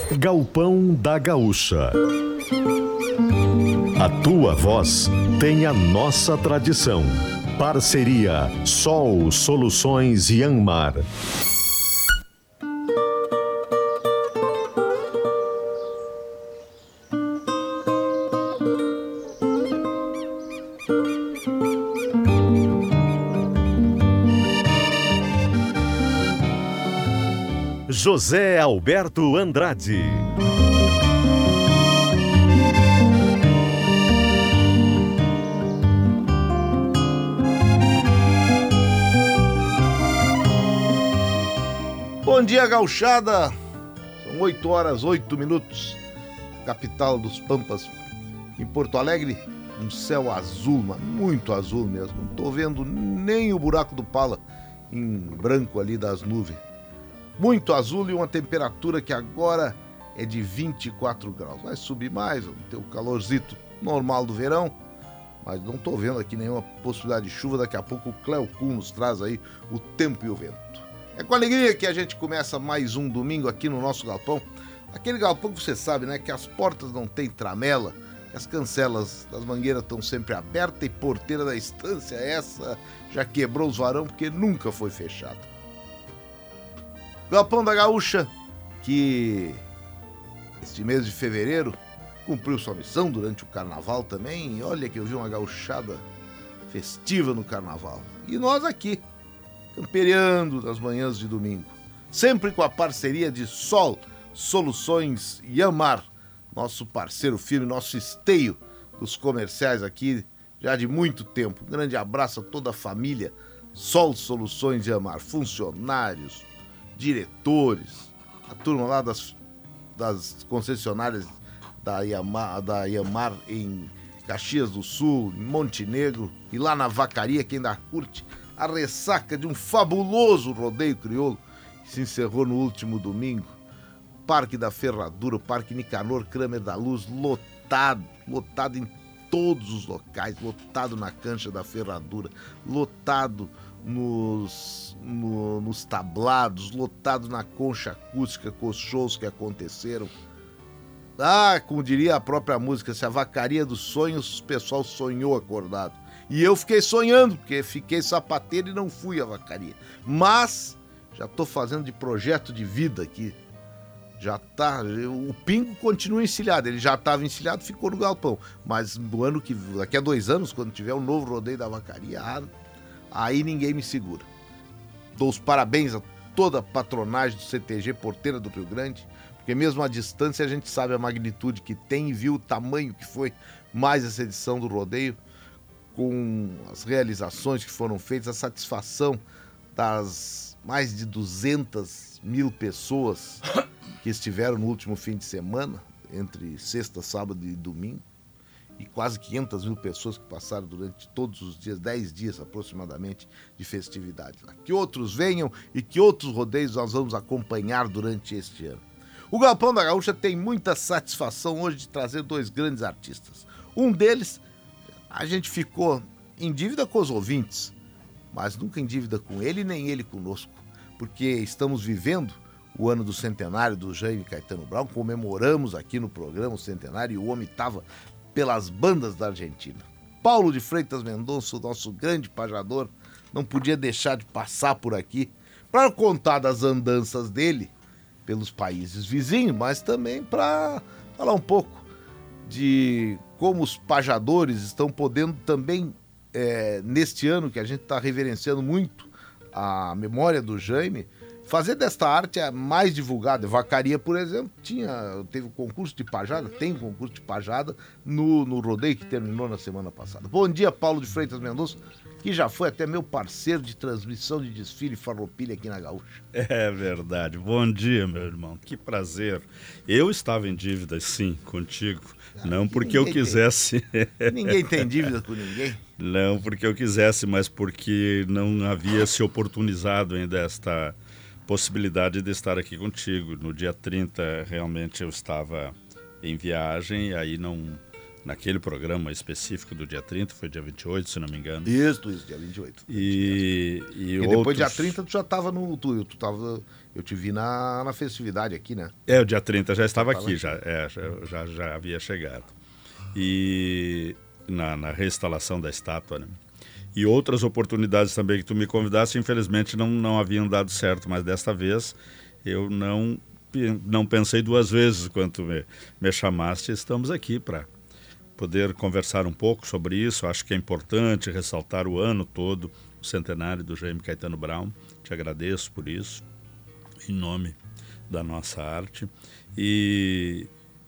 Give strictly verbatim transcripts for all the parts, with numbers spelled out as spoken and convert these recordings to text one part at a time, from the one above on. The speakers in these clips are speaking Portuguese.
Galpão da Gaúcha. A tua voz tem a nossa tradição. Parceria Sol Soluções Yanmar. José Alberto Andrade. Bom dia, gauchada. São oito horas, oito minutos. Capital dos Pampas, em Porto Alegre. Um céu azul, mas muito azul mesmo. Não tô vendo nem o buraco do Pala em branco ali das nuvens. Muito azul e uma temperatura que agora é de vinte e quatro graus. Vai subir mais, vamos ter o calorzito normal do verão, mas não estou vendo aqui nenhuma possibilidade de chuva. Daqui a pouco o Cleo Kuhn nos traz aí o tempo e o vento. É com alegria que a gente começa mais um domingo aqui no nosso galpão. Aquele galpão que você sabe, né, que as portas não tem tramela, que as cancelas das mangueiras estão sempre abertas e porteira da estância essa já quebrou os varão porque nunca foi fechada. Galpão da Gaúcha, que este mês de fevereiro cumpriu sua missão durante o carnaval também. E olha que eu vi uma gauchada festiva no carnaval. E nós aqui, camperiando nas manhãs de domingo, sempre com a parceria de Sol Soluções Yanmar, nosso parceiro firme, nosso esteio dos comerciais aqui já de muito tempo. Um grande abraço a toda a família Sol Soluções Yanmar, funcionários, diretores, a turma lá das, das concessionárias da Yanmar, da Yanmar em Caxias do Sul, em Montenegro, e lá na Vacaria, quem ainda curte a ressaca de um fabuloso rodeio crioulo que se encerrou no último domingo. Parque da Ferradura, o Parque Nicanor Kramer da Luz, lotado, lotado em todos os locais, lotado na cancha da Ferradura, lotado Nos, no, nos tablados, lotado na concha acústica com os shows que aconteceram. Ah, como diria a própria música, se a vacaria dos sonhos, o pessoal sonhou acordado. E eu fiquei sonhando, porque fiquei sapateiro e não fui à vacaria. Mas já estou fazendo de projeto de vida aqui. Já tá, o Pingo continua encilhado, ele já estava encilhado, ficou no galpão. Mas no ano que, daqui a dois anos, quando tiver o novo rodeio da vacaria, ah, aí ninguém me segura. Dou os parabéns a toda a patronagem do C T G Porteira do Rio Grande, porque mesmo à distância a gente sabe a magnitude que tem e viu o tamanho que foi mais essa edição do rodeio, com as realizações que foram feitas, a satisfação das mais de duzentas mil pessoas que estiveram no último fim de semana, entre sexta, sábado e domingo. E quase quinhentas mil pessoas que passaram durante todos os dias, dez dias aproximadamente, de festividade lá. Que outros venham e que outros rodeios nós vamos acompanhar durante este ano. O Galpão da Gaúcha tem muita satisfação hoje de trazer dois grandes artistas. Um deles, a gente ficou em dívida com os ouvintes, mas nunca em dívida com ele, nem ele conosco, porque estamos vivendo o ano do centenário do Jaime Caetano Brown, comemoramos aqui no programa o centenário e o homem estava pelas bandas da Argentina. Paulo de Freitas Mendonça, o nosso grande pajador, não podia deixar de passar por aqui para contar das andanças dele pelos países vizinhos, mas também para falar um pouco de como os pajadores estão podendo também, é, neste ano que a gente está reverenciando muito a memória do Jaime, fazer desta arte a mais divulgada. Vacaria, por exemplo, tinha, teve um concurso de pajada, tem um concurso de pajada no, no rodeio que terminou na semana passada. Bom dia, Paulo de Freitas Mendonça, que já foi até meu parceiro de transmissão de desfile farroupilha aqui na Gaúcha. É verdade. Bom dia, meu irmão. Que prazer. Eu estava em dívida, sim, contigo. Ah, não porque eu quisesse. Tem. Ninguém tem dívida com ninguém. Não porque eu quisesse, mas porque não havia se oportunizado ainda esta possibilidade de estar aqui contigo. No dia trinta, realmente, eu estava em viagem e aí não, naquele programa específico do dia trinta, foi dia vinte e oito, se não me engano. Isso, isso, dia vinte e oito. E, e, e outros... depois, dia trinta, tu já estava no... Tu, tu tava, eu te vi na, na festividade aqui, né? É, o dia trinta já estava aqui, aqui. Já, é, já, já, já havia chegado. E na, na reinstalação da estátua, né? E outras oportunidades também que tu me convidaste, infelizmente não, não haviam dado certo, mas desta vez eu não, não pensei duas vezes quando tu me, me chamaste. Estamos aqui para poder conversar um pouco sobre isso. Acho que é importante ressaltar o ano todo, o centenário do Jaime Caetano Brown. Te agradeço por isso, em nome da nossa arte. E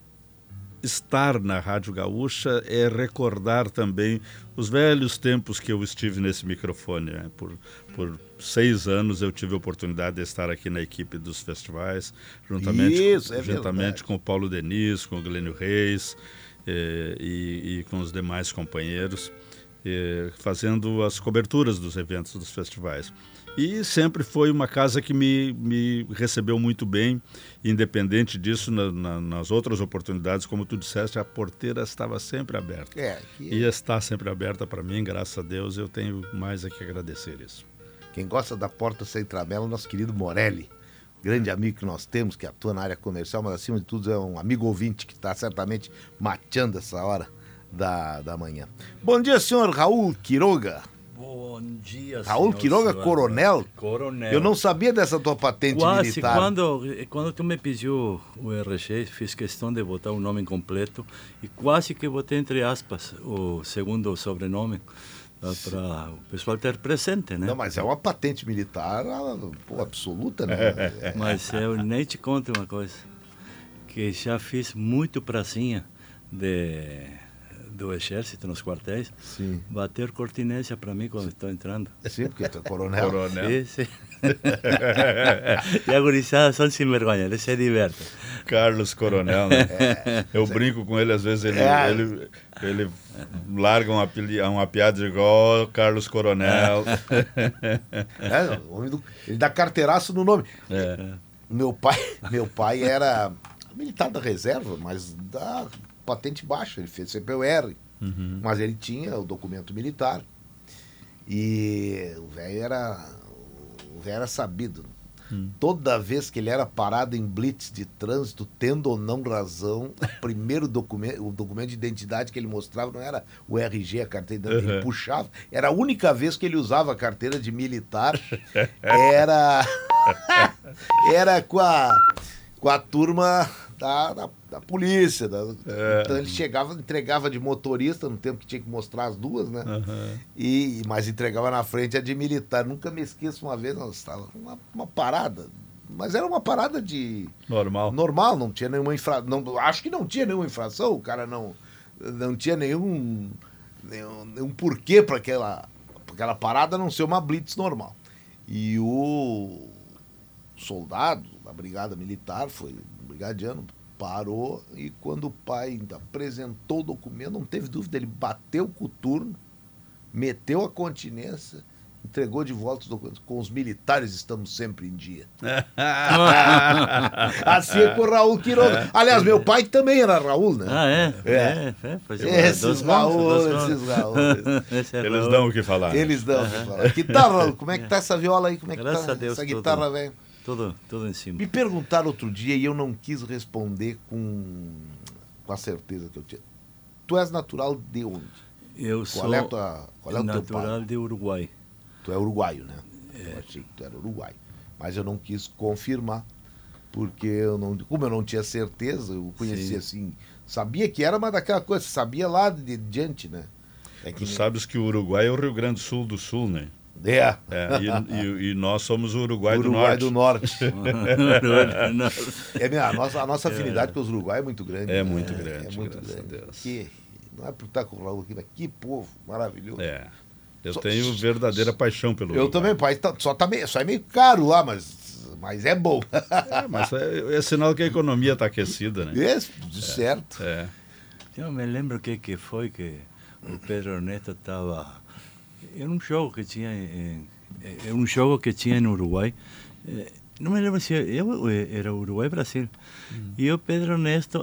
estar na Rádio Gaúcha é recordar também os velhos tempos que eu estive nesse microfone. Né? Por, por seis anos eu tive a oportunidade de estar aqui na equipe dos festivais, juntamente, Isso, com, é juntamente com o Paulo Denis, com o Glênio Reis eh, e, e com os demais companheiros, eh, fazendo as coberturas dos eventos dos festivais. E sempre foi uma casa que me, me recebeu muito bem, independente disso, na, na, nas outras oportunidades, como tu disseste, a porteira estava sempre aberta. É, que... E está sempre aberta para mim, graças a Deus, eu tenho mais a que agradecer isso. Quem gosta da porta sem tramela é o nosso querido Morelli, grande amigo que nós temos, que atua na área comercial, mas acima de tudo é um amigo ouvinte que está certamente mateando essa hora da, da manhã. Bom dia, senhor Raul Quiroga. Bom dia, Raul Quiroga, senhor. Coronel? Coronel. Eu não sabia dessa tua patente Quase, militar. quando, quando tu me pediu o R G, fiz questão de botar o nome completo e quase que botei entre aspas o segundo sobrenome para o pessoal ter presente, né? Não, mas é uma patente militar pô, absoluta, né? É. Mas eu nem te conto uma coisa, que já fiz muito pracinha de... do exército nos quartéis, sim. Bater cortinência para mim quando estou entrando. Sim, porque tu é coronel. Coronel. Sim, sim. E a gurizada são sem vergonha, eles se divertem. Carlos Coronel, né? É, eu sim. brinco com ele, às vezes ele, é. ele, ele larga uma, uma piada igual Carlos Coronel. É, o homem do, ele dá carteiraço no nome. É. Meu pai, meu pai era militar da reserva, mas da patente baixa, ele fez C P U R, uhum. Mas ele tinha o documento militar e o velho era o velho era sabido. Hum. Toda vez que ele era parado em blitz de trânsito, tendo ou não razão, o primeiro documento, o documento de identidade que ele mostrava não era o R G, a carteira, uhum. Ele puxava, era a única vez que ele usava a carteira de militar, era era com a com a turma da, da, da polícia. Da, é. Então ele chegava, entregava de motorista, no tempo que tinha que mostrar as duas, né? Uhum. E, mas entregava na frente a de militar. Nunca me esqueço, uma vez nós estávamos uma, uma parada, mas era uma parada de... Normal. Normal, não tinha nenhuma infração. Acho que não tinha nenhuma infração, o cara não, não tinha nenhum, nenhum, nenhum porquê para aquela, aquela parada não ser uma blitz normal. E o soldado da brigada militar, foi um brigadiano, parou e quando o pai apresentou o documento, não teve dúvida, ele bateu o coturno, meteu a continência, entregou de volta os documentos. Com os militares estamos sempre em dia. Assim é com o Raul Quiroga. Aliás, meu pai também era Raul, né? Ah, é? É. é, é pois é. Esses Raul, esses Raul. Esse é Eles Raul. dão o que falar. Eles dão o que falar. Que tal, Raul? Como é que tá essa viola aí? Como é que Graças tá a Deus, essa tudo. guitarra, velho? Tudo, tudo em cima. Me perguntaram outro dia e eu não quis responder com, com a certeza que eu tinha. Tu és natural de onde? Eu qual sou é, tua, qual é o teu pai? natural de Uruguai. Tu é uruguaio, né? É. Eu achei que tu era uruguaio. Mas eu não quis confirmar, porque eu não, como eu não tinha certeza, eu conhecia Sim. assim, sabia que era, mas daquela coisa, sabia lá de, de diante, né? É que tu nem... sabes que o Uruguai é o Rio Grande do Sul do Sul, né? É. é e, e, e nós somos o Uruguai, Uruguai do Norte. do Norte. é, minha, a, nossa, a nossa afinidade é. com os uruguaios é muito grande. É né? muito grande, é muito graças grande. a Deus. Que, não é por estar com o Raul aqui, mas que povo maravilhoso. É. Eu só, tenho verdadeira paixão pelo Eu Uruguai. também, pai. Tá, só, tá meio, só é meio caro lá, mas, mas é bom. É, mas é, é sinal que a economia está aquecida, né? É, de certo. É. Eu me lembro que, que foi que o Pedro Ernesto estava... Era um jogo que tinha em, era um jogo que tinha no Uruguai. Não me lembro se eu, era Uruguai Brasil. Hum. E o Pedro Ernesto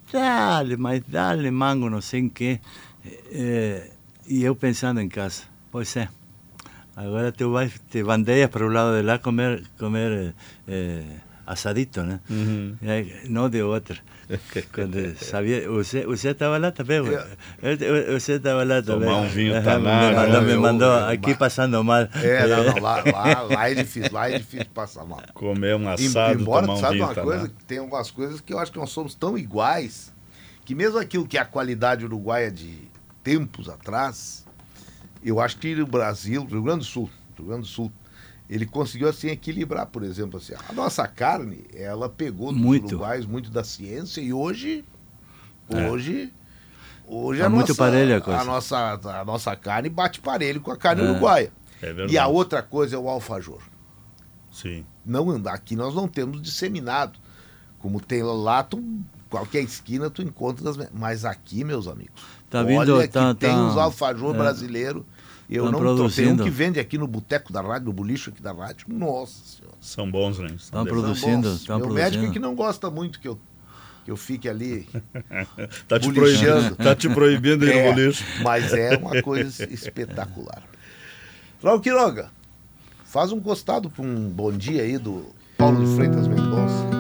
dá-lhe, mas dá-lhe mango, não sei em quê. É, e eu pensando em casa, pois é, agora tu vais, te bandeias para o lado de lá comer, comer é, assadito, né? Uhum. É, não de outro. Quando sabia, você você estava lá também, você estava lá também. Tomar um vinho taná, me mandou, me mandou eu, eu, aqui eu, passando mal. É, não, não, lá, lá, lá é difícil, lá é difícil passar mal. Comer um assado, Embora, tomar um sabe vinho uma taná. coisa, tem algumas coisas que eu acho que nós somos tão iguais, que mesmo aquilo que é a qualidade uruguaia de tempos atrás, eu acho que o Brasil, Rio Grande do Sul, Rio Grande do Sul, ele conseguiu assim equilibrar, por exemplo, assim, a nossa carne, ela pegou dos muito. uruguaios muito da ciência e hoje, É. hoje, hoje tá a, muito nossa, parelha a coisa. a nossa a nossa carne bate parelho com a carne É. uruguaia. É verdade. E a outra coisa é o alfajor. Sim. Não, aqui nós não temos disseminado, como tem lá, tu, qualquer esquina tu encontra, das, mas aqui, meus amigos, Tá vindo, olha que tá, tem tá, uns alfajor é. brasileiro. Eu Tão não tô, tem um produzindo. que vende aqui no boteco da rádio, no bolicho aqui da rádio. Nossa senhora. São bons, né? Estão São produzindo, Bons. estão Meu produzindo. médico é que não gosta muito que eu, que eu fique ali. Tá te Bulichando. proibindo, tá te proibindo ir É, no boliche. mas é uma coisa espetacular. Raul Quiroga, faz um costado para um bom dia aí do Paulo de Freitas Mendonça.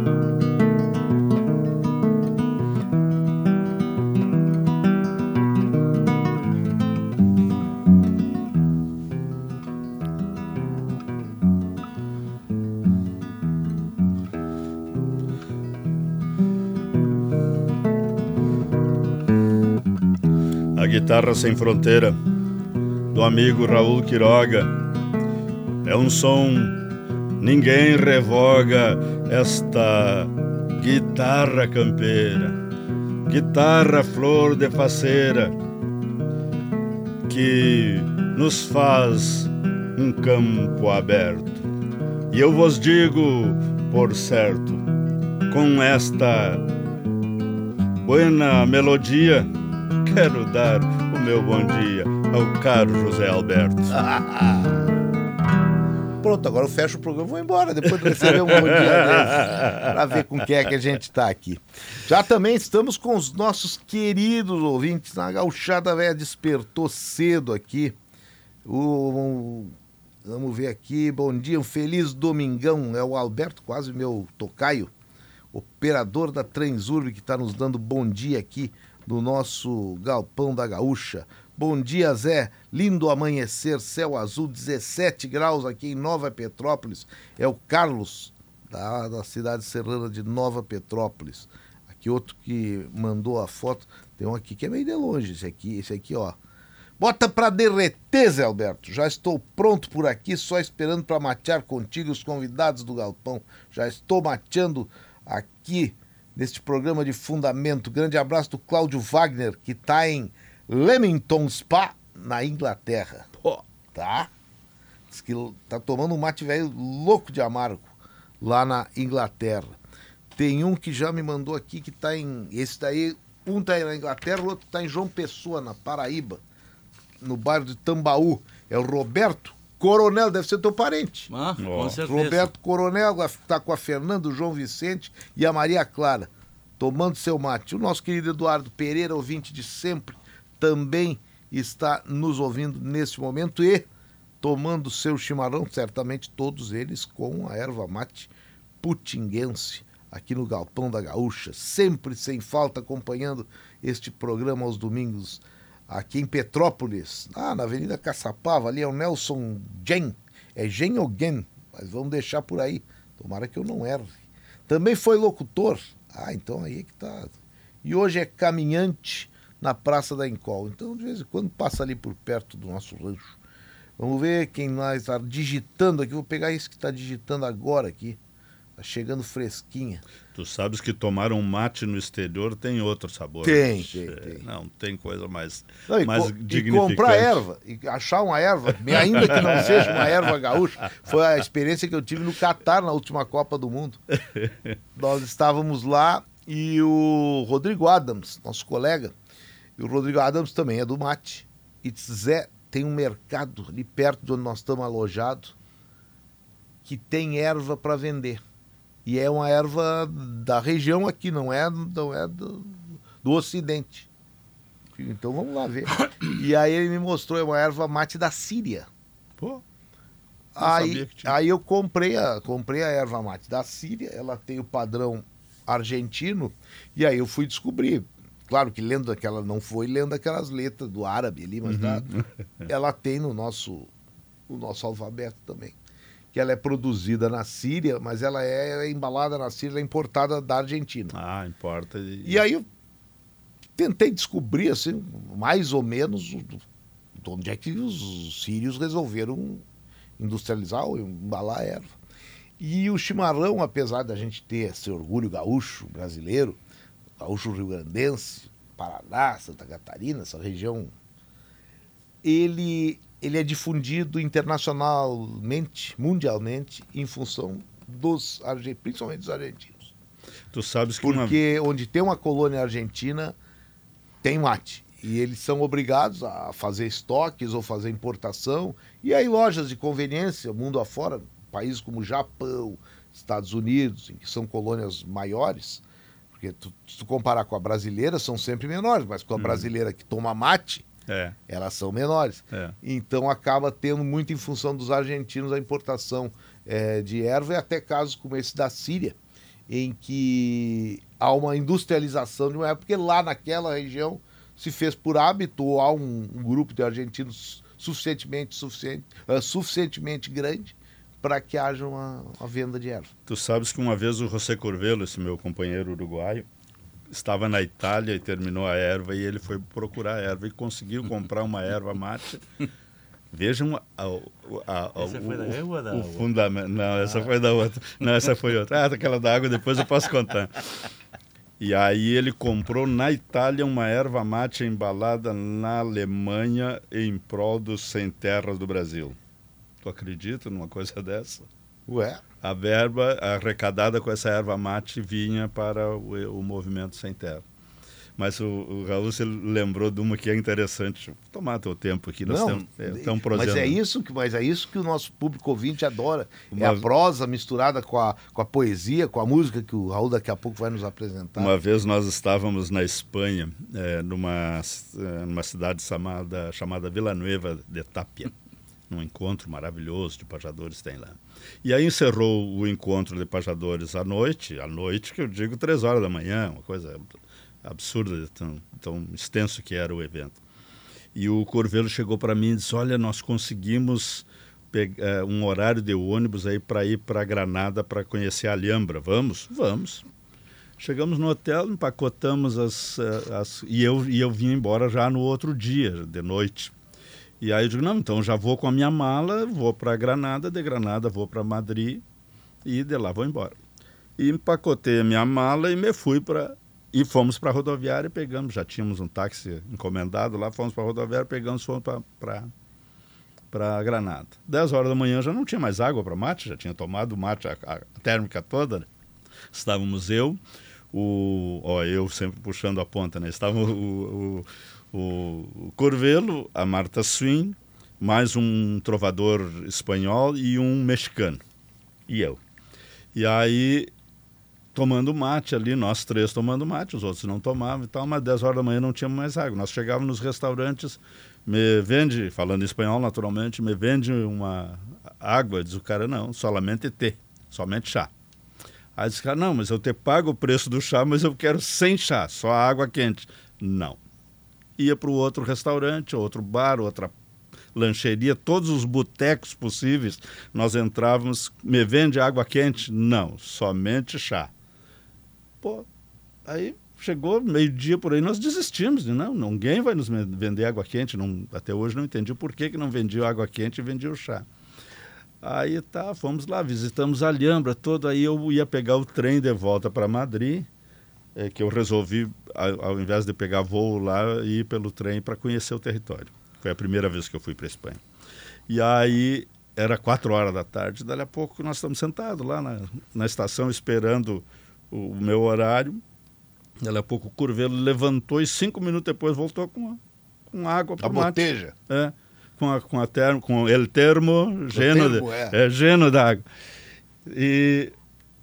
A Guitarra Sem Fronteira, do amigo Raul Quiroga. É um som, ninguém revoga esta guitarra campeira, guitarra flor de faceira, que nos faz um campo aberto. E eu vos digo, por certo, com esta buena melodia, quero dar o meu bom dia ao caro José Alberto. Pronto, agora eu fecho o programa e vou embora, depois de receber um bom dia desse, para ver com quem é que a gente está aqui. Já também estamos com os nossos queridos ouvintes, na Gauchada Véia despertou cedo aqui. O, vamos ver aqui, bom dia, um feliz domingão, é o Alberto, quase meu tocaio, operador da Transurb, que está nos dando bom dia aqui do nosso Galpão da Gaúcha. Bom dia, Zé. Lindo amanhecer, céu azul, dezessete graus aqui em Nova Petrópolis. É o Carlos, da, da cidade serrana de Nova Petrópolis. Aqui outro que mandou a foto. Tem um aqui que é meio de longe, esse aqui, esse aqui, ó. Bota pra derreter, Zé Alberto. Já estou pronto por aqui, só esperando para matear contigo os convidados do Galpão. Já estou mateando aqui neste programa de fundamento. Grande abraço do Cláudio Wagner, que está em Leamington Spa, na Inglaterra. Pô, tá? Diz que tá tomando um mate velho louco de amargo lá na Inglaterra. Tem um que já me mandou aqui que tá em... Esse daí, um tá na Inglaterra, o outro tá em João Pessoa, na Paraíba, no bairro de Tambaú. É o Roberto Coronel, deve ser teu parente. Ah, com Oh. certeza. Roberto Coronel está com a Fernanda, o João Vicente e a Maria Clara, tomando seu mate. O nosso querido Eduardo Pereira, ouvinte de sempre, também está nos ouvindo nesse momento e tomando seu chimarrão, certamente todos eles com a erva mate putinguense, aqui no Galpão da Gaúcha, sempre sem falta acompanhando este programa aos domingos, aqui em Petrópolis, ah, na Avenida Caçapava, ali é o Nelson Gen, é Gen ou Gen, mas vamos deixar por aí, tomara que eu não erre. Também foi locutor, ah, então aí é que tá, e hoje é caminhante na Praça da Encol, então de vez em quando passa ali por perto do nosso rancho. Vamos ver quem mais está digitando aqui, vou pegar esse que está digitando agora aqui, tá chegando fresquinha. Tu sabes que tomar um mate no exterior tem outro sabor. Tem, né? tem, É, tem. Não, tem coisa mais, Não, e, mais co- e dignificante. comprar erva, e achar uma erva, ainda que não seja uma erva gaúcha, foi a experiência que eu tive no Catar na última Copa do Mundo. Nós estávamos lá e o Rodrigo Adams, nosso colega, e o Rodrigo Adams também é do mate, e disse, Zé, tem um mercado ali perto de onde nós estamos alojados que tem erva para vender. E é uma erva da região aqui, não é, não é do, do Ocidente. Então vamos lá ver. E aí ele me mostrou, é uma erva mate da Síria. Pô, aí, aí eu comprei a, comprei a erva mate da Síria, ela tem o padrão argentino, e aí eu fui descobrir. Claro que lendo aquela, não foi lendo aquelas letras do árabe ali, mas uhum. tá, ela tem no nosso, no nosso alfabeto também. Que ela é produzida na Síria, mas ela é, é embalada na Síria, ela é importada da Argentina. Ah, importa. E, e aí eu tentei descobrir, assim, mais ou menos, de onde é que os sírios resolveram industrializar ou embalar a erva. E o chimarrão, apesar da gente ter esse orgulho gaúcho brasileiro, gaúcho rio-grandense, Paraná, Santa Catarina, essa região, ele, ele é difundido internacionalmente, mundialmente, em função dos argentinos, principalmente dos argentinos. Tu sabes que Porque uma... onde tem uma colônia argentina, tem mate. E eles são obrigados a fazer estoques ou fazer importação. E aí lojas de conveniência, mundo afora, países como Japão, Estados Unidos, em que são colônias maiores, porque tu, se tu comparar com a brasileira, são sempre menores, mas com a hum. brasileira que toma mate, é. elas são menores. É. Então acaba tendo muito em função dos argentinos a importação é, de erva, e até casos como esse da Síria, em que há uma industrialização de uma erva, porque lá naquela região se fez por hábito, ou há um, um grupo de argentinos suficientemente, suficiente, uh, suficientemente grande para que haja uma, uma venda de erva. Tu sabes que uma vez o José Corvelo, esse meu companheiro uruguaio, estava na Itália e terminou a erva, e ele foi procurar a erva e conseguiu comprar uma erva mate. Vejam a, a, a, a, essa foi da água ou da o água? fundamento. Não, essa ah. foi da outra. Não, essa foi outra. Ah, aquela da água depois eu posso contar. E aí ele comprou na Itália uma erva mate embalada na Alemanha em prol dos sem terras do Brasil. Tu acredita numa coisa dessa? Ué? A verba arrecadada com essa erva mate vinha para o, o movimento sem terra. Mas o, o Raul, você lembrou de uma que é interessante. Vou tomar teu tempo aqui, nós Não, estamos prosendo. Mas é isso que, mas é isso que o nosso público ouvinte adora. Uma... É a prosa misturada com a, com a poesia, com a música que o Raul daqui a pouco vai nos apresentar. Uma vez nós estávamos na Espanha, é, numa, numa cidade chamada, chamada Villanueva de Tapia. Num encontro maravilhoso de pajadores tem lá. E aí encerrou o encontro de pajadores à noite, à noite que eu digo três horas da manhã, uma coisa absurda, tão, tão extenso que era o evento. E o Corvelo chegou para mim e disse, olha, nós conseguimos pegar um horário de ônibus aí para ir para Granada para conhecer a Alhambra. Vamos? Vamos. Chegamos no hotel, empacotamos as... as e, eu, e eu vim embora já no outro dia, de noite. E aí eu digo, não, então já vou com a minha mala, vou para Granada, de Granada vou para Madrid e de lá vou embora. E empacotei a minha mala e me fui para... E fomos para a rodoviária, pegamos, já tínhamos um táxi encomendado lá, fomos para a rodoviária, pegamos, fomos para Granada. dez horas da manhã já não tinha mais água para mate, já tinha tomado mate, a, a térmica toda, né? Estávamos eu, o, ó, eu sempre puxando a ponta, né? Estava o, o, o Corvelo, a Marta Swin, mais um trovador espanhol e um mexicano, e eu. E aí... tomando mate ali, nós três tomando mate, os outros não tomavam e tal, mas dez horas da manhã não tínhamos mais água. Nós chegávamos nos restaurantes, me vende, falando espanhol naturalmente, me vende uma água, diz o cara, não, solamente té, somente chá. Aí diz o cara, não, mas eu te pago o preço do chá, mas eu quero sem chá, só água quente. Não. Ia para o outro restaurante, outro bar, outra lancheria, todos os botecos possíveis, nós entrávamos, me vende água quente? Não, somente chá. Pô, aí chegou meio-dia por aí, nós desistimos, não, ninguém vai nos vender água quente, não, até hoje não entendi por que, que não vendia água quente e vendia o chá. Aí tá, fomos lá, visitamos a Alhambra toda, aí eu ia pegar o trem de volta para Madrid, é, que eu resolvi, ao, ao invés de pegar voo lá, ir pelo trem para conhecer o território. Foi a primeira vez que eu fui para a Espanha. E aí era quatro horas da tarde, dali a pouco nós estamos sentados lá na, na estação esperando o meu horário. Dali a pouco o Corvelo levantou e cinco minutos depois voltou com, a, com água para o mate. Boteja. É, com, a, com, a termo, com el termo, geno, termo de, é. É, geno d'água. E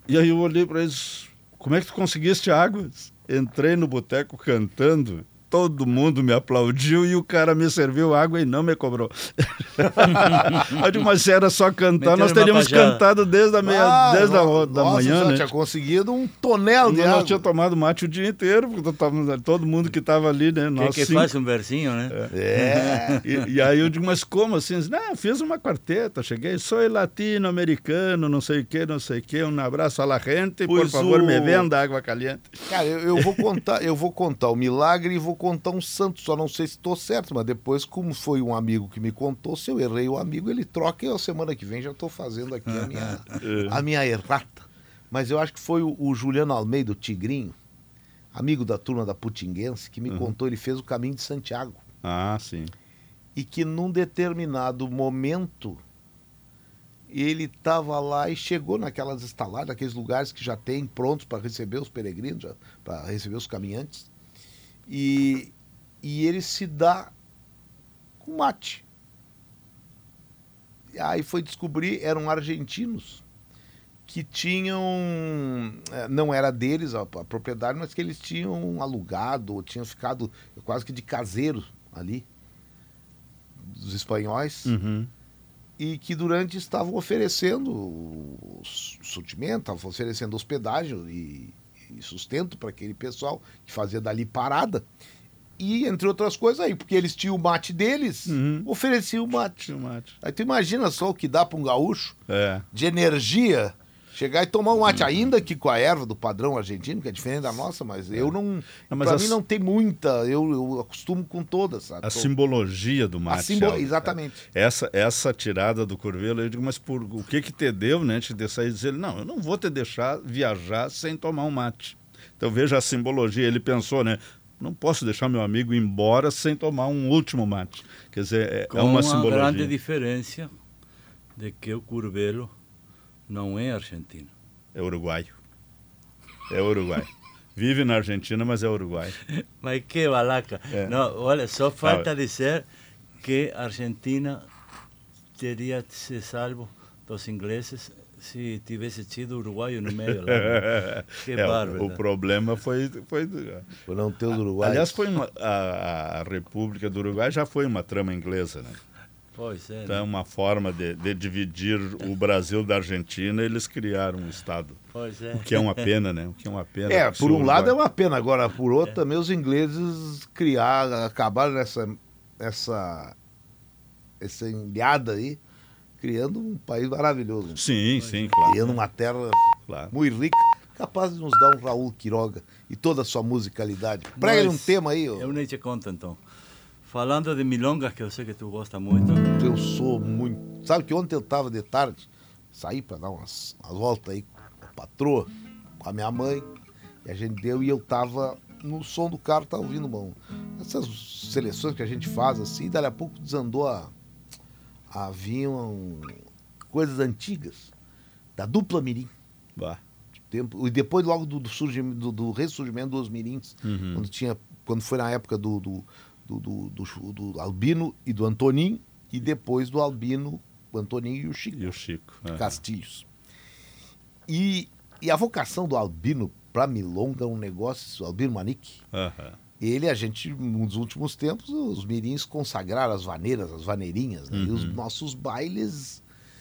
E aí eu olhei para eles, como é que tu conseguiste água? Entrei no boteco cantando, todo mundo me aplaudiu e o cara me serviu água e não me cobrou. Eu digo, mas se era só cantar, Meteram nós teríamos pajada. cantado desde a, meia, Ah, desde a no- da nossa, manhã, já né? tinha conseguido um tonel de Nós água. tinha tomado mate o dia inteiro, porque tava- todo mundo que estava ali, né? Quem Nós que cinco. faz um versinho, né? É. E, e aí eu digo, mas como assim? Não, fiz uma quarteta, cheguei, sou latino-americano, não sei o que, não sei o que, um abraço à la gente, por Pois favor, o- me venda água caliente. Cara, eu, eu vou contar, eu vou contar o milagre e vou contar um santo, só não sei se estou certo, mas depois, como foi um amigo que me contou, se eu errei o amigo, ele troca e a semana que vem já estou fazendo aqui a minha, a minha errata. Mas eu acho que foi o, o Juliano Almeida, o Tigrinho, amigo da turma da Putinguense, que me contou, ele fez o caminho de Santiago. Ah, sim. E que num determinado momento ele estava lá e chegou naquelas estaladas, naqueles lugares que já tem prontos para receber os peregrinos, para receber os caminhantes. E, e ele se dá com mate. E aí foi descobrir, eram argentinos que tinham, eh, não era deles a, a propriedade, mas que eles tinham alugado, ou tinham ficado quase que de caseiro ali, dos espanhóis, Uhum. e que durante estavam oferecendo o surtimento, estavam oferecendo hospedagem e, e sustento para aquele pessoal que fazia dali parada. E, entre outras coisas aí, porque eles tinham o mate deles, Uhum. ofereciam o mate. Tinha um mate. Aí tu imagina só o que dá para um gaúcho É. de energia chegar e tomar um mate, ainda que com a erva do padrão argentino, que é diferente da nossa, mas eu não... Não, mas pra as- mim não tem muita, eu, eu acostumo com todas, sabe? A Tô- simbologia do mate. A simbo- Aldo. exatamente. Essa, essa tirada do Curvelo, eu digo, mas por, o que que te deu, né? Te de sair e dizer, não, eu não vou te deixar viajar sem tomar um mate. Então veja a simbologia, ele pensou, né? Não posso deixar meu amigo ir embora sem tomar um último mate. Quer dizer, é, Com é uma uma simbologia. grande diferença de que o Curvelo não é argentino. É uruguaio. É uruguaio. Vive na Argentina, mas é uruguaio. Mas que balaca. É. Não, olha, só falta Ah, dizer que a Argentina teria se salvo dos ingleses se tivesse tido uruguaio no meio lá. né? Que É, o- bárbaro. o problema foi... foi Por não ter os uruguaios. Aliás, foi uma, a, a República do Uruguai já foi uma trama inglesa, né? Pois é. Então, né? uma forma de, de dividir o Brasil da Argentina, eles criaram um Estado. Pois é. O que é uma pena, né? O que é uma pena. É, Se por o um lado é Uruguai- uma pena, agora por outro também os ingleses criaram, acabaram nessa, essa, essa enviada aí, criando um país maravilhoso, Sim, sim, claro. criando uma terra claro. muito rica, capaz de nos dar um Raul Quiroga e toda a sua musicalidade. Prega um Mas tema aí, ó. Eu nem te conto então. Falando de milongas, que eu sei que tu gosta muito. Eu sou muito... Sabe que ontem eu tava de tarde, saí para dar umas, umas voltas aí com a patroa, com a minha mãe, e a gente deu e eu tava no som do carro, tava ouvindo uma, essas seleções que a gente faz assim, e dali a pouco desandou a, a vir um, coisas antigas, da dupla mirim. Bah. Tempo, e depois logo do, do, surgimento, do, do ressurgimento dos mirins, Uhum. quando, tinha, quando foi na época do, do, do, do, do, do Albino e do Antoninho, e depois do Albino, o Antoninho e o Chico E o Chico. é. Castilhos. E, e a vocação do Albino para milonga é um negócio, o Albino Manique, Aham. ele, a gente, nos últimos tempos, os mirins consagraram as vaneiras, as vaneirinhas, né? E os nossos bailes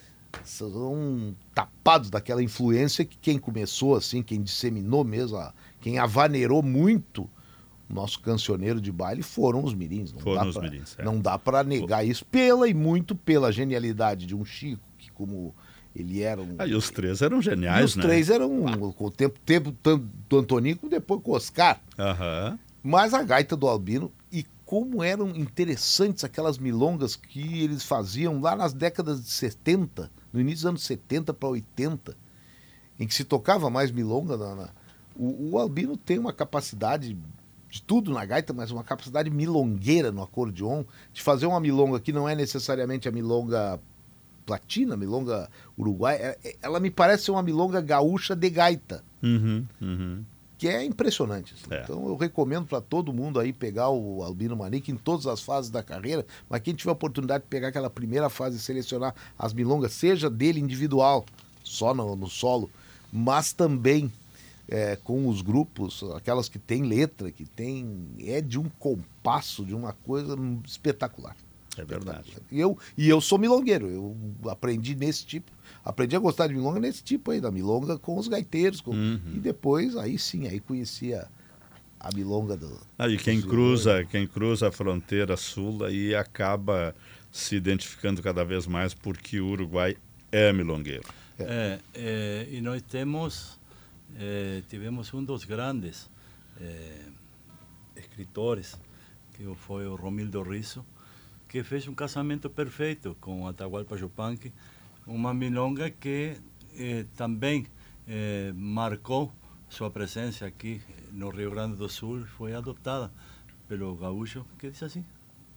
são tapados daquela influência que quem começou assim, quem disseminou mesmo, a- quem avaneirou muito o nosso cancioneiro de baile foram os mirins. Não Foram dá os pra- mirins, é. Não dá para negar isso, pela e muito pela genialidade de um Chico, que como ele era um... Ah, e os três eram E geniais, os né? três eram, com o tempo, tempo tanto do Antoninho, como depois com o Oscar. Aham. Mas a gaita do Albino, e como eram interessantes aquelas milongas que eles faziam lá nas décadas de setenta, no início dos anos setenta para oitenta, em que se tocava mais milonga. Na, na- O, o Albino tem uma capacidade de tudo na gaita, mas uma capacidade milongueira no acordeon, de fazer uma milonga que não é necessariamente a milonga platina, a milonga uruguaia. É- Ela me parece ser uma milonga gaúcha de gaita, Uhum, uhum. que é impressionante. assim. É. Então eu recomendo para todo mundo aí pegar o Albino Manique em todas as fases da carreira, mas quem tiver a oportunidade de pegar aquela primeira fase e selecionar as milongas, seja dele individual, só no, no solo, mas também é, com os grupos, aquelas que tem letra, que tem, é de um compasso, de uma coisa espetacular. É verdade. E eu, e eu sou milongueiro, eu aprendi nesse tipo, aprendi a gostar de milonga nesse tipo aí, da milonga com os gaiteiros, com, Uhum. e depois, aí sim, aí conhecia a milonga do... Aí quem do cruza, quem cruza a fronteira sul aí acaba se identificando cada vez mais porque o Uruguai é milongueiro. É, é, e nós temos, é, tivemos um dos grandes é, escritores, que foi o Romildo Rizzo, que fez um casamento perfeito com Atahualpa Yupanqui, uma milonga que eh, também eh, marcou sua presença aqui no Rio Grande do Sul, foi adotada pelo gaúcho, que diz assim.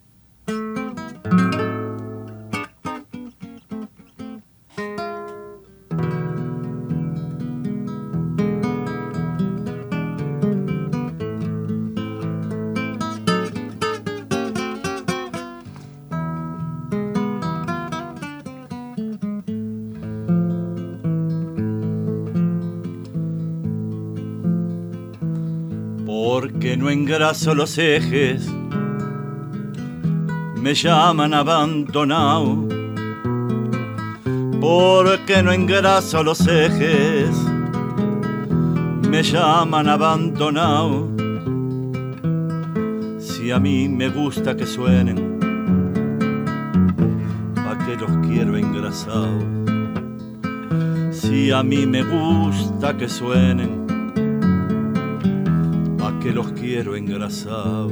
Porque no engraso los ejes, me llaman abandonado. Porque no engraso los ejes, me llaman abandonado. Si a mí me gusta que suenen, ¿pa' qué los quiero engrasados? Si a mí me gusta que suenen, que los quiero engrasados.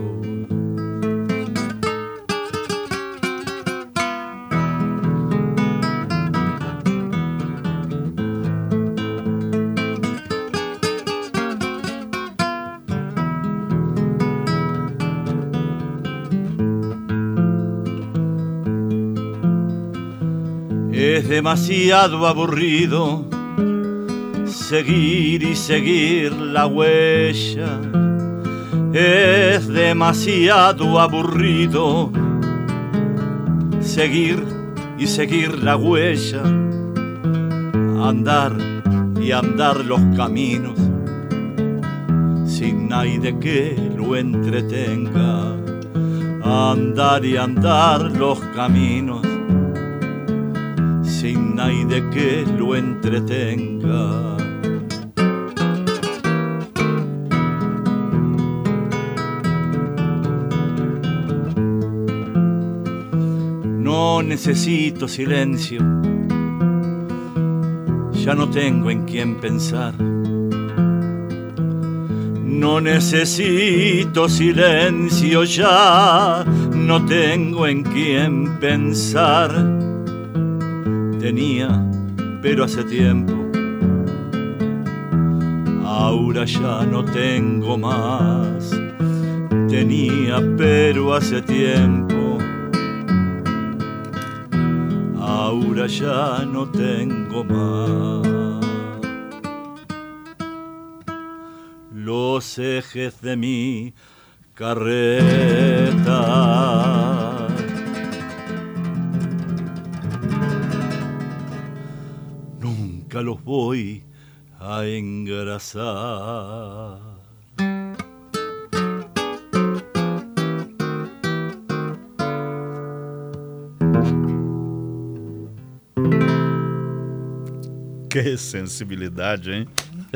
Es demasiado aburrido seguir y seguir la huella. Es demasiado aburrido seguir y seguir la huella, andar y andar los caminos sin nadie que lo entretenga, andar y andar los caminos sin nadie que lo entretenga. No necesito silencio, ya no tengo en quién pensar. No necesito silencio, ya no tengo en quién pensar. Tenía, pero hace tiempo, ahora ya no tengo más. Tenía, pero hace tiempo, ahora ya no tengo más. Los ejes de mi carreta nunca los voy a engrasar. Que sensibilidade, hein?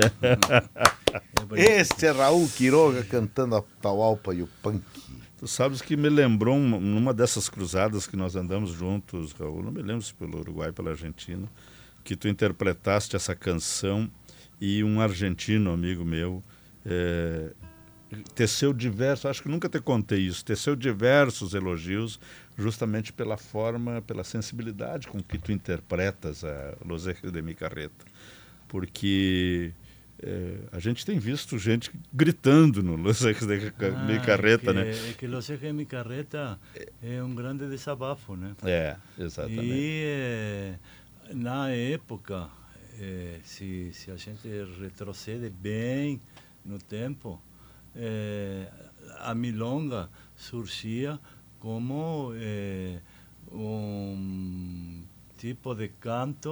Este é Raul Quiroga cantando Atahualpa Yupanqui. Tu sabes que me lembrou uma, numa dessas cruzadas que nós andamos juntos, Raul, não me lembro se pelo Uruguai, pela Argentina, que tu interpretaste essa canção e um argentino amigo meu é, teceu diversos, acho que nunca te contei isso, teceu diversos elogios justamente pela forma, pela sensibilidade com que tu interpretas a Los Ejes de mi Carreta, porque é, a gente tem visto gente gritando no Los Ejes de ah, mi Carreta, que, né? É que Los Ejes de mi Carreta é um grande desabafo, né? É, exatamente. E é, na época, é, se, se a gente retrocede bem no tempo, é, a milonga surgia como é, um tipo de canto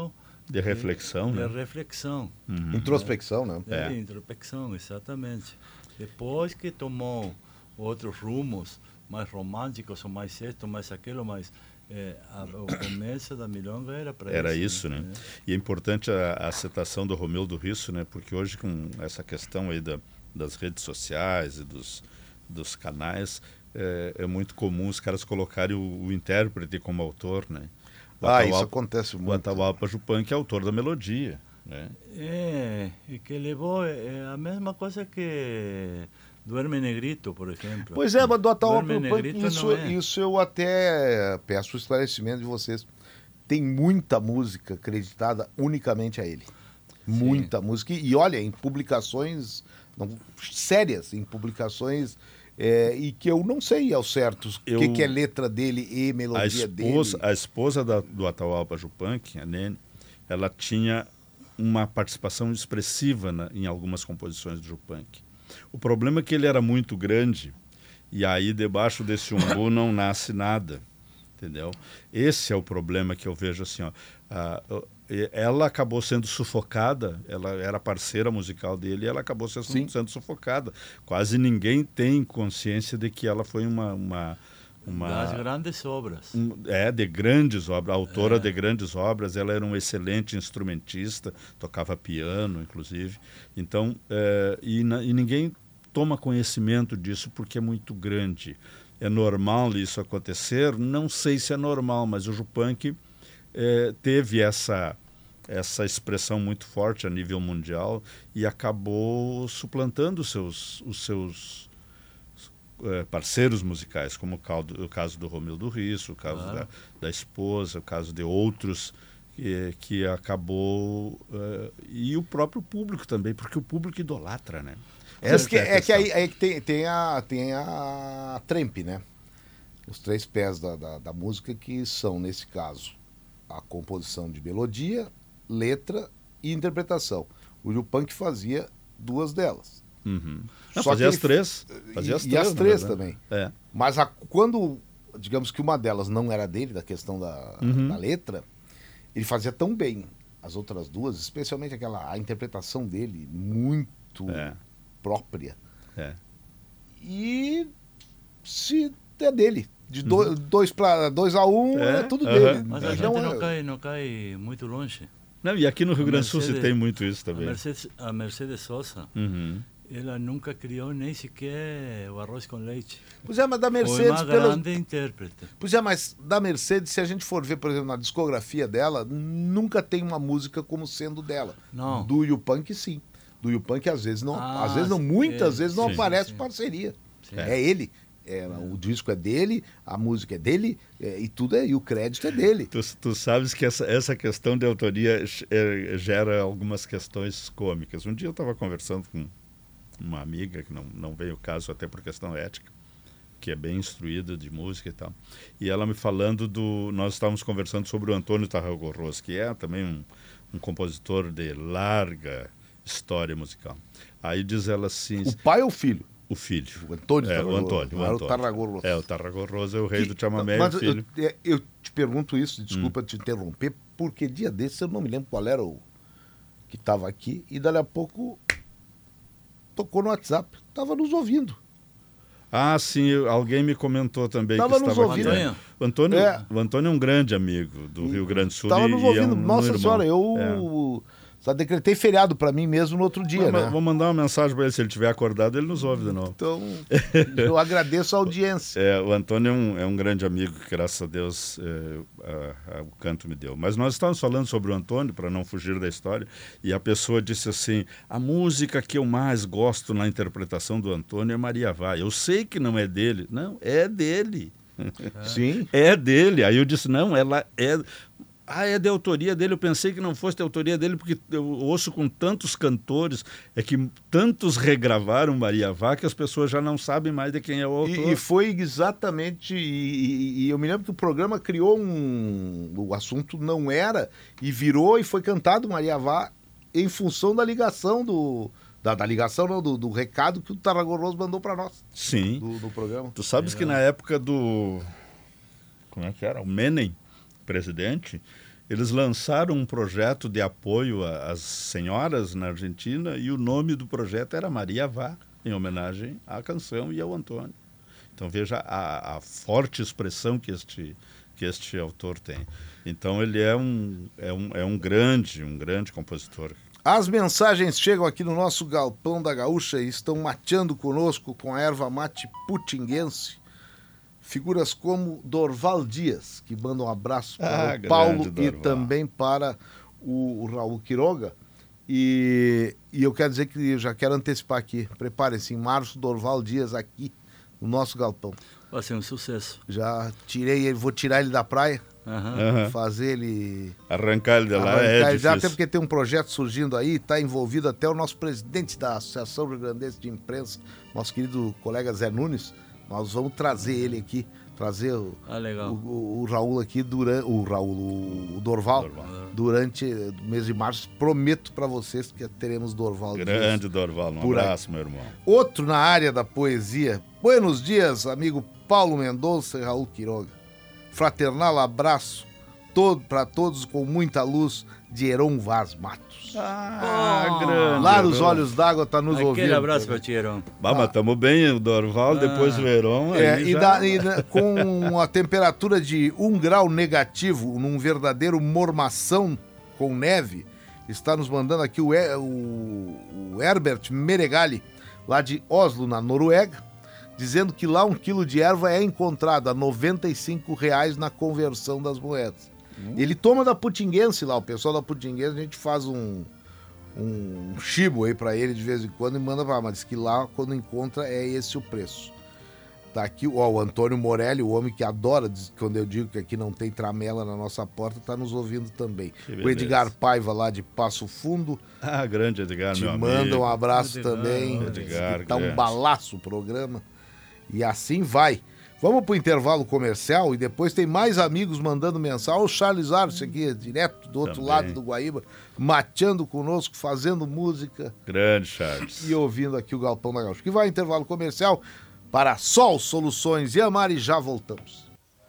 De reflexão, de, né? De reflexão. Uhum. Introspecção, né? De é. introspecção, exatamente. Depois que tomou outros rumos, mais românticos, ou mais isto, mais aquilo, mais... É, a, o começo da Milonga era para isso. Era isso, né? né? É. E é importante a, a citação do Romildo Risso, né? Porque hoje, com essa questão aí da, das redes sociais e dos, dos canais, é, é muito comum os caras colocarem o, o intérprete como autor, né? O ah, Atahualpa, isso acontece muito. O Atahualpa Yupanqui é autor da melodia, né? É, e que levou é a mesma coisa que... Duerme Negrito, por exemplo. Pois é, mas do Atahualpa Yupanqui, isso, é. isso eu até peço o esclarecimento de vocês. Tem muita música acreditada unicamente a ele. Sim. Muita música. E olha, em publicações não, sérias, em publicações é, e que eu não sei ao certo o eu, que, que é letra dele e melodia a esposa, dele. A esposa da, do Atahualpa Yupanqui, a Nene, ela tinha uma participação expressiva na, em algumas composições do Yupanqui. O problema é que ele era muito grande e aí debaixo desse umbu não nasce nada, entendeu? Esse é o problema que eu vejo assim, ó. Ah, ela acabou sendo sufocada, ela era parceira musical dele e ela acabou sendo, sendo sufocada. Quase ninguém tem consciência de que ela foi uma... uma Uma, das grandes obras. Um, é, de grandes obras, autora é. de grandes obras. Ela era um excelente instrumentista, tocava piano, inclusive. Então, é, e, na, e ninguém toma conhecimento disso porque é muito grande. É normal isso acontecer? Não sei se é normal, mas o Yupanqui é, teve essa, essa expressão muito forte a nível mundial e acabou suplantando os seus... Os seus parceiros musicais, como o, caldo, o caso do Romildo Risso, o caso ah. da, da esposa, o caso de outros que, que acabou uh, e o próprio público também, porque o público idolatra, né? Essa que, é, é que aí, aí tem, tem a tem a trempe, né? Os três pés da, da, da música, que são, nesse caso, a composição de melodia, letra e interpretação. O Yupanqui fazia duas delas. Uhum. Não, fazia as ele, três. Fazia as e, três, e as três também. É. Mas a, quando, digamos que uma delas não era dele, da questão da, uhum. da letra, ele fazia tão bem as outras duas, especialmente aquela, a interpretação dele, muito é. própria. É. E se é dele. De do, uhum. dois para dois a um, é, é tudo uhum. dele. Mas a gente não, não, cai, não cai muito longe. Não, e aqui no Rio Grande do Sul se tem muito isso também. A Mercedes, a Mercedes Sosa, uhum. ela nunca criou nem sequer o arroz com leite. Pois é, mas da Mercedes... Foi uma grande pelas... intérprete. Pois é, mas da Mercedes, se a gente for ver, por exemplo, na discografia dela, nunca tem uma música como sendo dela. Não. Do Yupanqui, sim. Do Yupanqui, às vezes não, ah, às vezes não, muitas é, vezes não sim, aparece sim. parceria. Sim. É ele. É, o disco é dele, a música é dele, é, e tudo é, e o crédito é dele. Tu, tu sabes que essa, essa questão de autoria é, gera algumas questões cômicas. Um dia eu estava conversando com uma amiga, que não, não veio o caso até por questão ética, que é bem instruída de música e tal, e ela me falando do... Nós estávamos conversando sobre o Antônio Tarragorros, que é também um, um compositor de larga história musical. Aí diz ela assim... O pai ou o filho? O filho. O Antônio é, o Antônio. O, Antônio. o Tarragorros. É, o Tarragorros é o rei que, do chamamé, mas o filho. Eu, eu te pergunto isso, desculpa hum. te interromper, porque dia desses eu não me lembro qual era o que estava aqui, e dali a pouco tocou no WhatsApp, estava nos ouvindo. Ah, sim, alguém me comentou também tava que nos estava ouvindo. aqui. O Antônio, é. o Antônio é um grande amigo do Rio Grande do Sul. Estava nos ouvindo. É um, Nossa um senhora, eu... É. Só decretei feriado para mim mesmo no outro dia, mas, né? Vou mandar uma mensagem para ele, se ele estiver acordado, ele nos ouve de novo. Então, eu agradeço a audiência. É, o Antônio é um, é um grande amigo que, graças a Deus, é, a, a, o canto me deu. Mas nós estávamos falando sobre o Antônio, para não fugir da história, e a pessoa disse assim, a música que eu mais gosto na interpretação do Antônio é Maria Vai. Eu sei que não é dele. Não, é dele. É. Sim. É dele. Aí eu disse, não, ela é... Ah, é de autoria dele. Eu pensei que não fosse de autoria dele, porque eu ouço com tantos cantores, é que tantos regravaram Maria Vá que as pessoas já não sabem mais de quem é o autor. E, e foi exatamente... E, e eu me lembro que o programa criou um... O assunto não era, e virou e foi cantado Maria Vá em função da ligação do... Da, da ligação, não, do, do recado que o Tarragorros mandou para nós. Sim. Do, do programa. Tu sabes é. que na época do... Como é que era? O Menem, presidente, eles lançaram um projeto de apoio às senhoras na Argentina e o nome do projeto era Maria Vá, em homenagem à canção e ao Antônio. Então veja a, a forte expressão que este, que este autor tem. Então ele é um, é, um, é um grande, um grande compositor. As mensagens chegam aqui no nosso Galpão da Gaúcha e estão mateando conosco com a erva mate putinguense. Figuras como Dorval Dias, que mandam um abraço para Ah, o Paulo e Dorval. também para o, o Raul Quiroga. E, e eu quero dizer que eu já quero antecipar aqui. Preparem-se, em março, Dorval Dias aqui no nosso galpão. Vai ser um sucesso. Já tirei ele, vou tirar ele da praia, Aham. Aham. fazer ele... Arrancar ele de lá arrancar é ele já, difícil. até porque tem um projeto surgindo aí, está envolvido até o nosso presidente da Associação Rio Grandense de Imprensa, nosso querido colega Zé Nunes. Nós vamos trazer ele aqui, trazer o, Ah, legal. o, o- o Raul aqui, durante, o Raul, o, o Dorval, Dorval. durante o mês de março. Prometo para vocês que teremos Dorval Dias. Grande Dorval, um Por aí. abraço, meu irmão. Outro na área da poesia. Buenos dias, amigo Paulo Mendonça e Raul Quiroga. Fraternal abraço todo, para todos com muita luz de Heron Vaz Matos. Ah, Oh. grande. Lá nos Heron. Olhos d'Água tá nos Aquele ouvindo. abraço para ti, Heron. Bah, mas estamos bem, o Dorval, Ah. depois o Heron. É, aí e, já- da- e da- com a temperatura de um grau negativo, num verdadeiro mormação com neve, está nos mandando aqui o, He- o- o Herbert Meregali, lá de Oslo, na Noruega, dizendo que lá um quilo de erva é encontrado a noventa e cinco reais na conversão das moedas. Ele toma da Putinguense lá, o pessoal da Putinguense, a gente faz um, um chibo aí pra ele de vez em quando e manda pra lá, mas diz que lá quando encontra é esse o preço. Tá aqui ó, o Antônio Morelli, o homem que adora, diz- quando eu digo que aqui não tem tramela na nossa porta, tá nos ouvindo também. Que O beleza. Edgar Paiva lá de Passo Fundo Ah, grande Edgar, te meu manda amigo. um abraço Edgar, também. Edgar, Diz que tá um grande. balaço o programa. E assim vai. Vamos pro intervalo comercial e depois tem mais amigos mandando mensagem. Olha o Charles Arce aqui, direto do outro Também. lado do Guaíba, mateando conosco, fazendo música Grande Charles. e ouvindo aqui o Galpão da Gaúcha. Que vai intervalo comercial para Sol Soluções e Amar e já voltamos.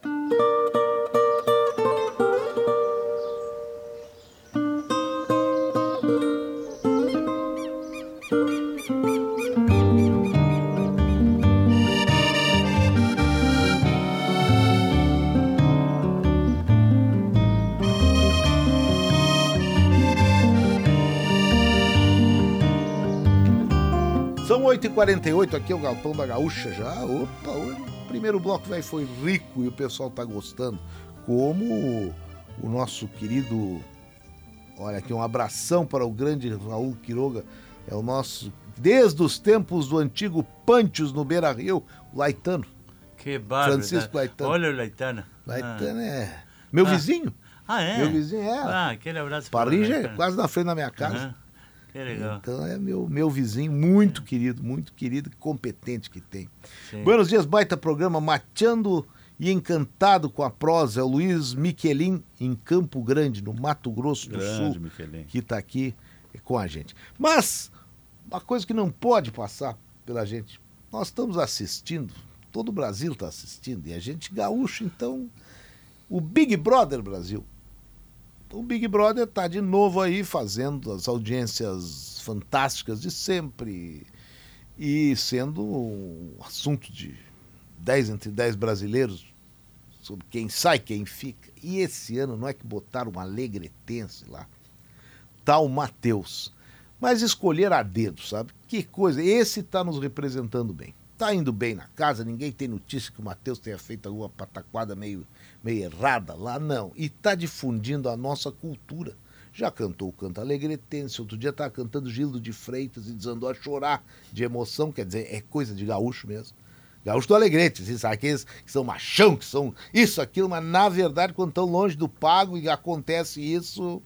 São oito e quarenta e oito, aqui é o Galpão da Gaúcha já. Opa, hoje o primeiro bloco véio, foi rico e o pessoal tá gostando. Como o, o nosso querido... Olha aqui, um abração para o grande Raul Quiroga. É o nosso... Desde os tempos do antigo Panchos no Beira Rio, o Laitano. Que bárbaro. Francisco né? Laitano. Olha o Laitano. Laitano é... Meu Ah. vizinho. Ah, é? Meu vizinho é. Ah, aquele abraço pro Parija é Laitano. quase na frente da minha casa. Aham. Que legal. Então é meu, meu vizinho, muito querido, muito querido e competente que tem. Sim. Buenos dias, baita programa, mateando e encantado com a prosa. É o Luiz Miquelin, em Campo Grande, no Mato Grosso do Grande, Sul, Miquelin. que está aqui com a gente. Mas, uma coisa que não pode passar pela gente, nós estamos assistindo, todo o Brasil está assistindo, e a gente gaúcho, então, o Big Brother Brasil. O Big Brother está de novo aí fazendo as audiências fantásticas de sempre e sendo um assunto de dez entre dez brasileiros sobre quem sai, quem fica. E esse ano não é que botaram um alegretense lá, tal Matheus. Mas escolher a dedo, sabe? Que coisa. Esse está nos representando bem. Está indo bem na casa, ninguém tem notícia que o Matheus tenha feito alguma pataquada meio, meio errada lá, não. E está difundindo a nossa cultura. Já cantou o canto alegretense, outro dia estava cantando Gildo de Freitas e desandou a chorar de emoção, quer dizer, é coisa de gaúcho mesmo. Gaúcho do Alegrete, assim, sabe? Aqueles que são machão, que são isso, aquilo, mas na verdade, quando estão longe do pago e acontece isso,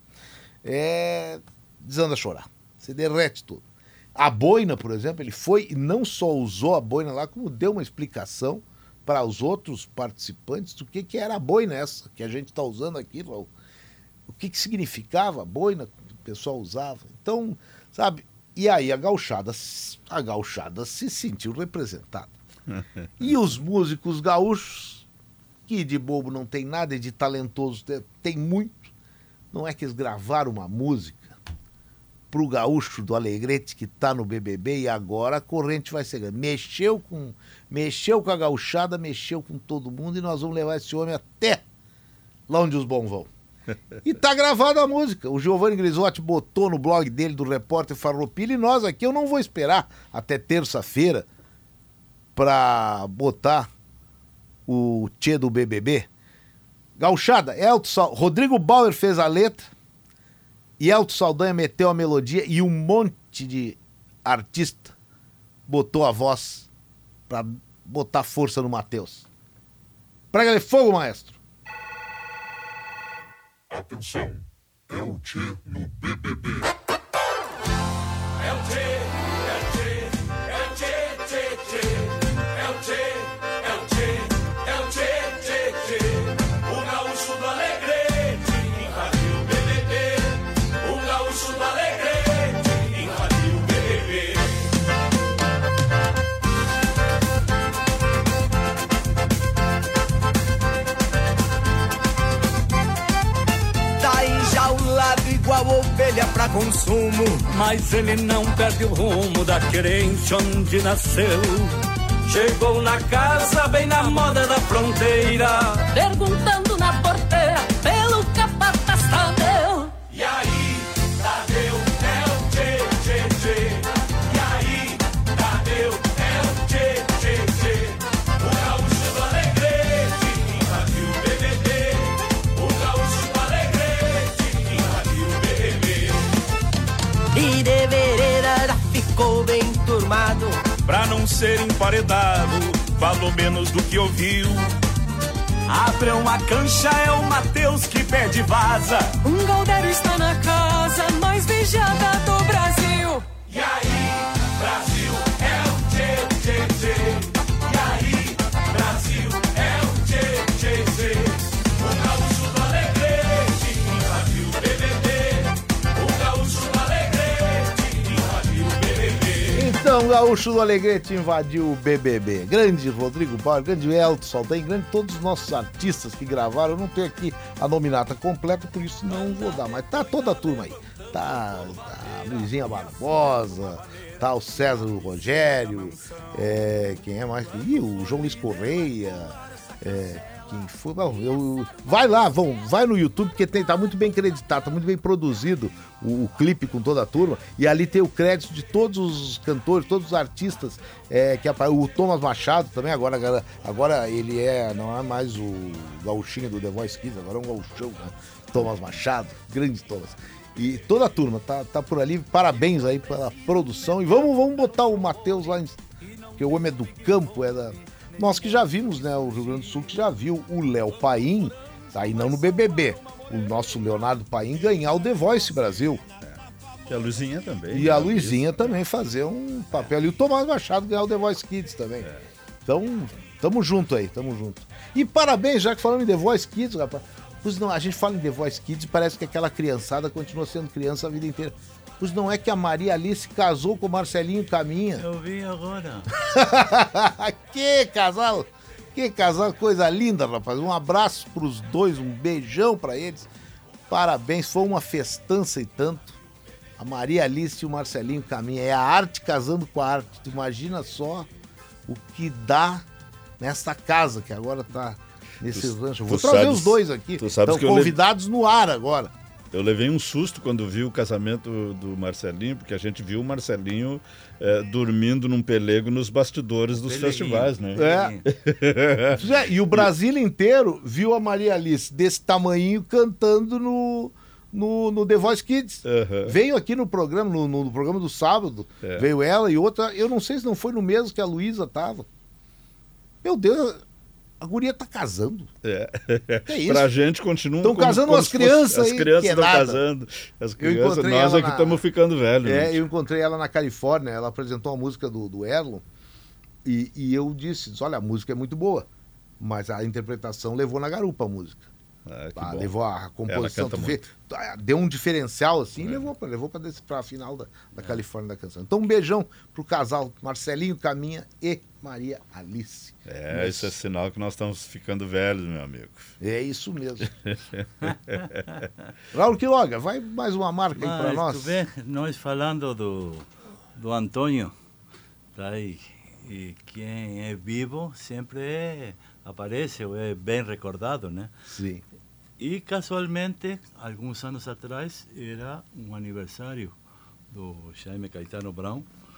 é... desanda a chorar. Você derrete tudo. A boina, por exemplo, ele foi e não só usou a boina lá, como deu uma explicação para os outros participantes do que, que era a boina essa que a gente está usando aqui, Raul. O que, que significava a boina que o pessoal usava. Então, sabe, e aí a gauchada, a gauchada se sentiu representada. E os músicos gaúchos, que de bobo não tem nada e de talentoso tem muito, Não é que eles gravaram uma música pro gaúcho do Alegrete que tá no B B B e agora a corrente vai ser grande. Mexeu com, mexeu com a gauchada, mexeu com todo mundo e nós vamos levar esse homem até lá onde os bons vão. E tá gravada a música. O Giovanni Grisotti botou no blog dele do Repórter Farroupilha e nós aqui, eu não vou esperar até terça-feira pra botar o tchê do B B B. Gauchada, Elton Sal... Rodrigo Bauer fez a letra e Elton Saldanha meteu a melodia e um monte de artista botou a voz pra botar força no Matheus. Prega-lhe fogo, maestro. Atenção, é o tchê no B B B. É o tchê, é o tchê, é o tchê, tchê, tchê. É o tchê, é o tchê, é o tchê, tchê, tchê. O gaúcho do Alegrete invadiu o B B B. O gaúcho do Alegrete invadiu o B B B. Tá enjaulado igual ovelha pra consumo, mas ele não perde o rumo da querência onde nasceu. Chegou na casa bem na moda da fronteira, perguntando na porteira pelo capataz Tadeu. E aí, Tadeu, é o tchê, tchê, tchê. E aí, Tadeu, é o tchê, tchê, tchê. O gaúcho do Alegrete invadiu o B B B. O gaúcho do Alegrete invadiu o B B B. e de vereda já ficou bem turmado. pra não ser emparedado, falou menos do que ouviu. Abram a cancha, é o Matheus que pede vaza. Um Galdério está na casa mais vigiada do Brasil. E aí, Brasil, é o tchê, tchê, tchê. E aí, Brasil, é o tchê, tchê, tchê. O gaúcho do Alegrete invadiu o B B B. O gaúcho do Alegrete invadiu o B B B. Então, o gaúcho do Alegrete invadiu o B B B. Grande Rodrigo Bauer, grande Elton Saldanha, grande todos os nossos artistas que gravaram. Eu não tenho aqui a nominata completa, por isso não vou dar, mas tá toda a turma aí. Tá, tá a Luizinha Barbosa, tá o César o Rogério, é, quem é mais? Ih, o João Luiz Correia, é, quem foi? Bom, eu, vai lá, vão, vai no YouTube, porque tem, tá muito bem creditado, tá muito bem produzido o, o clipe com toda a turma, e ali tem o crédito de todos os cantores, todos os artistas, é, que o Thomas Machado também, agora, agora ele é, não é mais o gauchinho do The Voice Kids, agora é um gauchão, né? Thomas Machado, grande Thomas. E toda a turma tá, tá por ali, parabéns aí pela produção. E vamos, vamos botar o Matheus lá, em, porque o homem é do campo, é da... Nós que já vimos, né, o Rio Grande do Sul que já viu o Léo Paim, tá aí não no B B B, o nosso Leonardo Paim ganhar o The Voice Brasil. É. E a Luizinha também. E a Luizinha isso. também fazer um papel. E o Tomás Machado ganhar o The Voice Kids também. É. Então, tamo junto aí, tamo junto. E parabéns, já que falamos em The Voice Kids, rapaz. Pois não, a gente fala em The Voice Kids e parece que aquela criançada continua sendo criança a vida inteira. Pois não é que a Maria Alice casou com o Marcelinho Caminha? Eu vi agora. Que casal! Que casal, coisa linda, rapaz. Um abraço pros dois, um beijão pra eles. Parabéns, foi uma festança e tanto. A Maria Alice e o Marcelinho Caminha. É a arte casando com a arte. Tu imagina só o que dá nessa casa que agora tá... Nesse rancho. Vou trazer sabes, os dois aqui. Estão convidados levo... no ar agora. Eu levei um susto quando vi o casamento do Marcelinho, porque a gente viu o Marcelinho é, dormindo num pelego nos bastidores dos festivais, né? É. E o Brasil inteiro viu a Maria Alice desse tamanhinho cantando no, no, no The Voice Kids. Uhum. Veio aqui no programa, no, no programa do sábado, é. veio ela e outra. Eu não sei se não foi no mesmo que a Luísa tava. Meu Deus... A guria tá casando. É. é isso. Pra gente continua... Estão casando umas crianças aí. As crianças estão casando. As crianças, nós aqui estamos na... ficando velhos. É, gente. eu encontrei ela na Califórnia, ela apresentou a música do, do Erlon e, e eu disse, olha, a música é muito boa, mas a interpretação levou na garupa a música. Ah, que ah, bom. Levou a composição, tu vê, deu um diferencial assim, é. levou para levou para a final da, da é. Califórnia da canção. Então um beijão pro casal Marcelinho Caminha e Maria Alice. É, Mas... isso é sinal que nós estamos ficando velhos, meu amigo. É isso mesmo. Raul Quiroga, vai mais uma marca aí para nós. Tu vê, nós falando do, do Antônio, tá? e, e quem é vivo sempre é, aparece ou é bem recordado, né? Sim. E casualmente, alguns anos atrás, era um aniversário do Jaime Caetano Brown.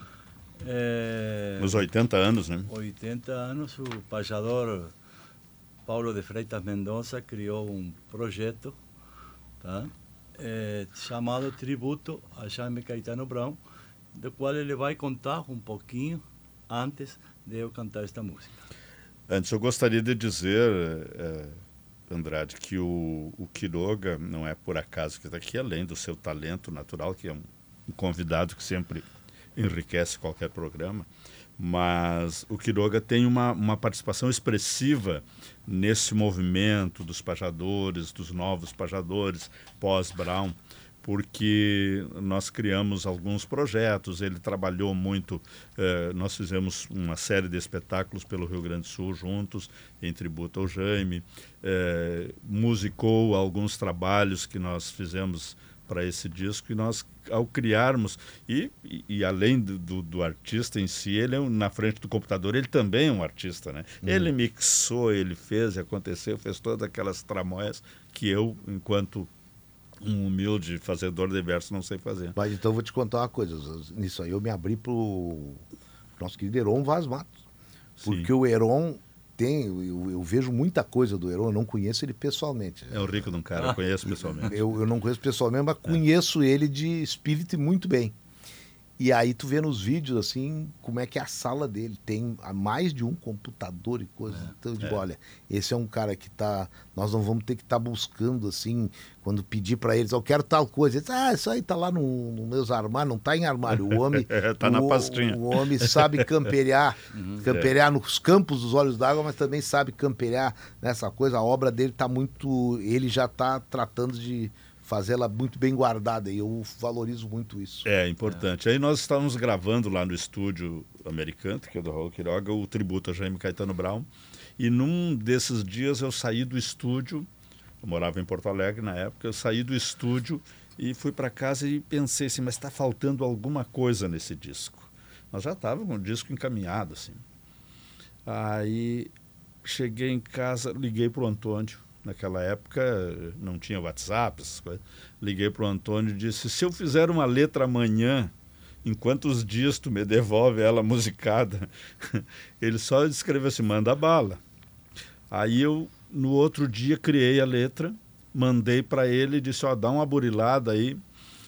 É, Nos oitenta anos, né? oitenta anos, o pajador Paulo de Freitas Mendonça criou um projeto, tá? É, chamado Tributo a Jaime Caetano Brown, do qual ele vai contar um pouquinho antes de eu cantar esta música. Antes, eu gostaria de dizer, é, Andrade, que o, o Quiroga não é por acaso que está aqui, além do seu talento natural, que é um, um convidado que sempre enriquece qualquer programa, mas o Quiroga tem uma, uma participação expressiva nesse movimento dos pajadores, dos novos pajadores pós-Brown, porque nós criamos alguns projetos, ele trabalhou muito, eh, nós fizemos uma série de espetáculos pelo Rio Grande do Sul juntos, em tributo ao Jaime, eh, musicou alguns trabalhos que nós fizemos para esse disco, e nós, ao criarmos, e, e, e além do, do, do artista em si, ele é um, na frente do computador, ele também é um artista, né? Hum. Ele mixou, ele fez, aconteceu, fez todas aquelas tramóias que eu, enquanto um humilde fazedor de verso, não sei fazer. Mas então eu vou te contar uma coisa, nisso aí eu me abri pro nosso querido Heron Vaz Matos, porque Sim. o Heron tem, eu, eu vejo muita coisa do Heron, eu não conheço ele pessoalmente. É o rico de um cara, eu conheço pessoalmente. Eu, eu não conheço pessoalmente, mas conheço é. ele de espírito e muito bem. E aí tu vê nos vídeos, assim, como é que é a sala dele. Tem mais de um computador e coisas. É. Então eu digo, é. olha, esse é um cara que tá... Nós não vamos ter que estar tá buscando, assim, quando pedir para eles, eu quero tal coisa. Eles, ah, isso aí tá lá no, no meus armários, não tá em armário. O homem... é, tá na o, pastinha. O homem sabe camperear, uhum. camperear é. nos campos dos olhos d'água, mas também sabe camperear nessa coisa. A obra dele tá muito... Ele já tá tratando de... fazê-la muito bem guardada, e eu valorizo muito isso. É importante. É. Aí nós estávamos gravando lá no estúdio americano, que é do Raul Quiroga, o tributo a Jaime Caetano Brown, e num desses dias eu saí do estúdio, eu morava em Porto Alegre na época, eu saí do estúdio e fui para casa e pensei assim, mas está faltando alguma coisa nesse disco. Nós já estávamos com o disco encaminhado, assim. Aí cheguei em casa, liguei para o Antônio. Naquela época não tinha WhatsApp, essas coisas. Liguei para o Antônio e disse, se eu fizer uma letra amanhã, em quantos dias tu me devolve ela musicada? Ele só escreveu assim, manda bala. Aí eu, no outro dia, criei a letra, mandei para ele e disse, ó, dá uma burilada aí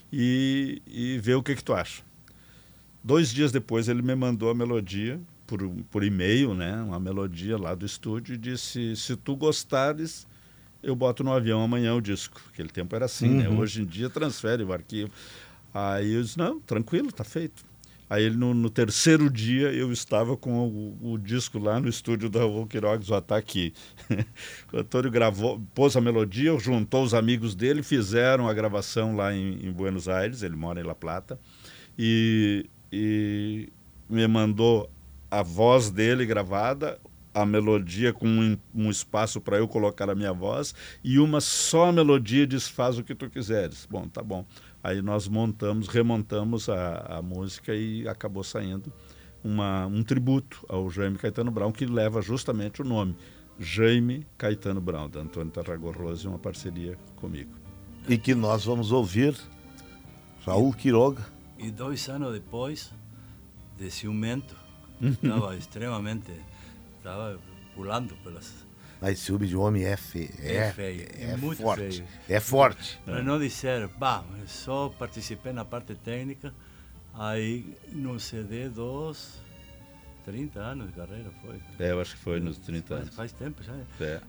e, e vê o que que tu acha. Dois dias depois ele me mandou a melodia, por, por e-mail, né, uma melodia lá do estúdio, e disse, se tu gostares, eu boto no avião amanhã o disco. Aquele tempo era assim, uhum. né? Hoje em dia transfere o arquivo. Aí eu disse, não, tranquilo, tá feito. Aí ele, no, no terceiro dia, eu estava com o, o disco lá no estúdio da Raul Quiroga, ó, tá aqui. O Antônio gravou, pôs a melodia, juntou os amigos dele, fizeram a gravação lá em, em Buenos Aires, ele mora em La Plata, e, e me mandou a voz dele gravada, a melodia com um, um espaço para eu colocar a minha voz, e uma só melodia diz, faz o que tu quiseres. Bom, tá bom. Aí nós montamos, remontamos a, a música e acabou saindo uma, um tributo ao Jaime Caetano Brown, que leva justamente o nome, Jaime Caetano Brown, da Antônio Tarragorroso, uma parceria comigo. E que nós vamos ouvir Raul Quiroga. E dois anos depois, de ciumento, estava extremamente... Estava pulando pelas... Mas ciúme de homem é feio. É, é feio, é, é muito forte. feio. É forte. Para não dizer, bah, só participei na parte técnica, aí no C D dos trinta anos de carreira foi. É, eu acho que foi nos trinta faz, anos. Faz tempo já. É.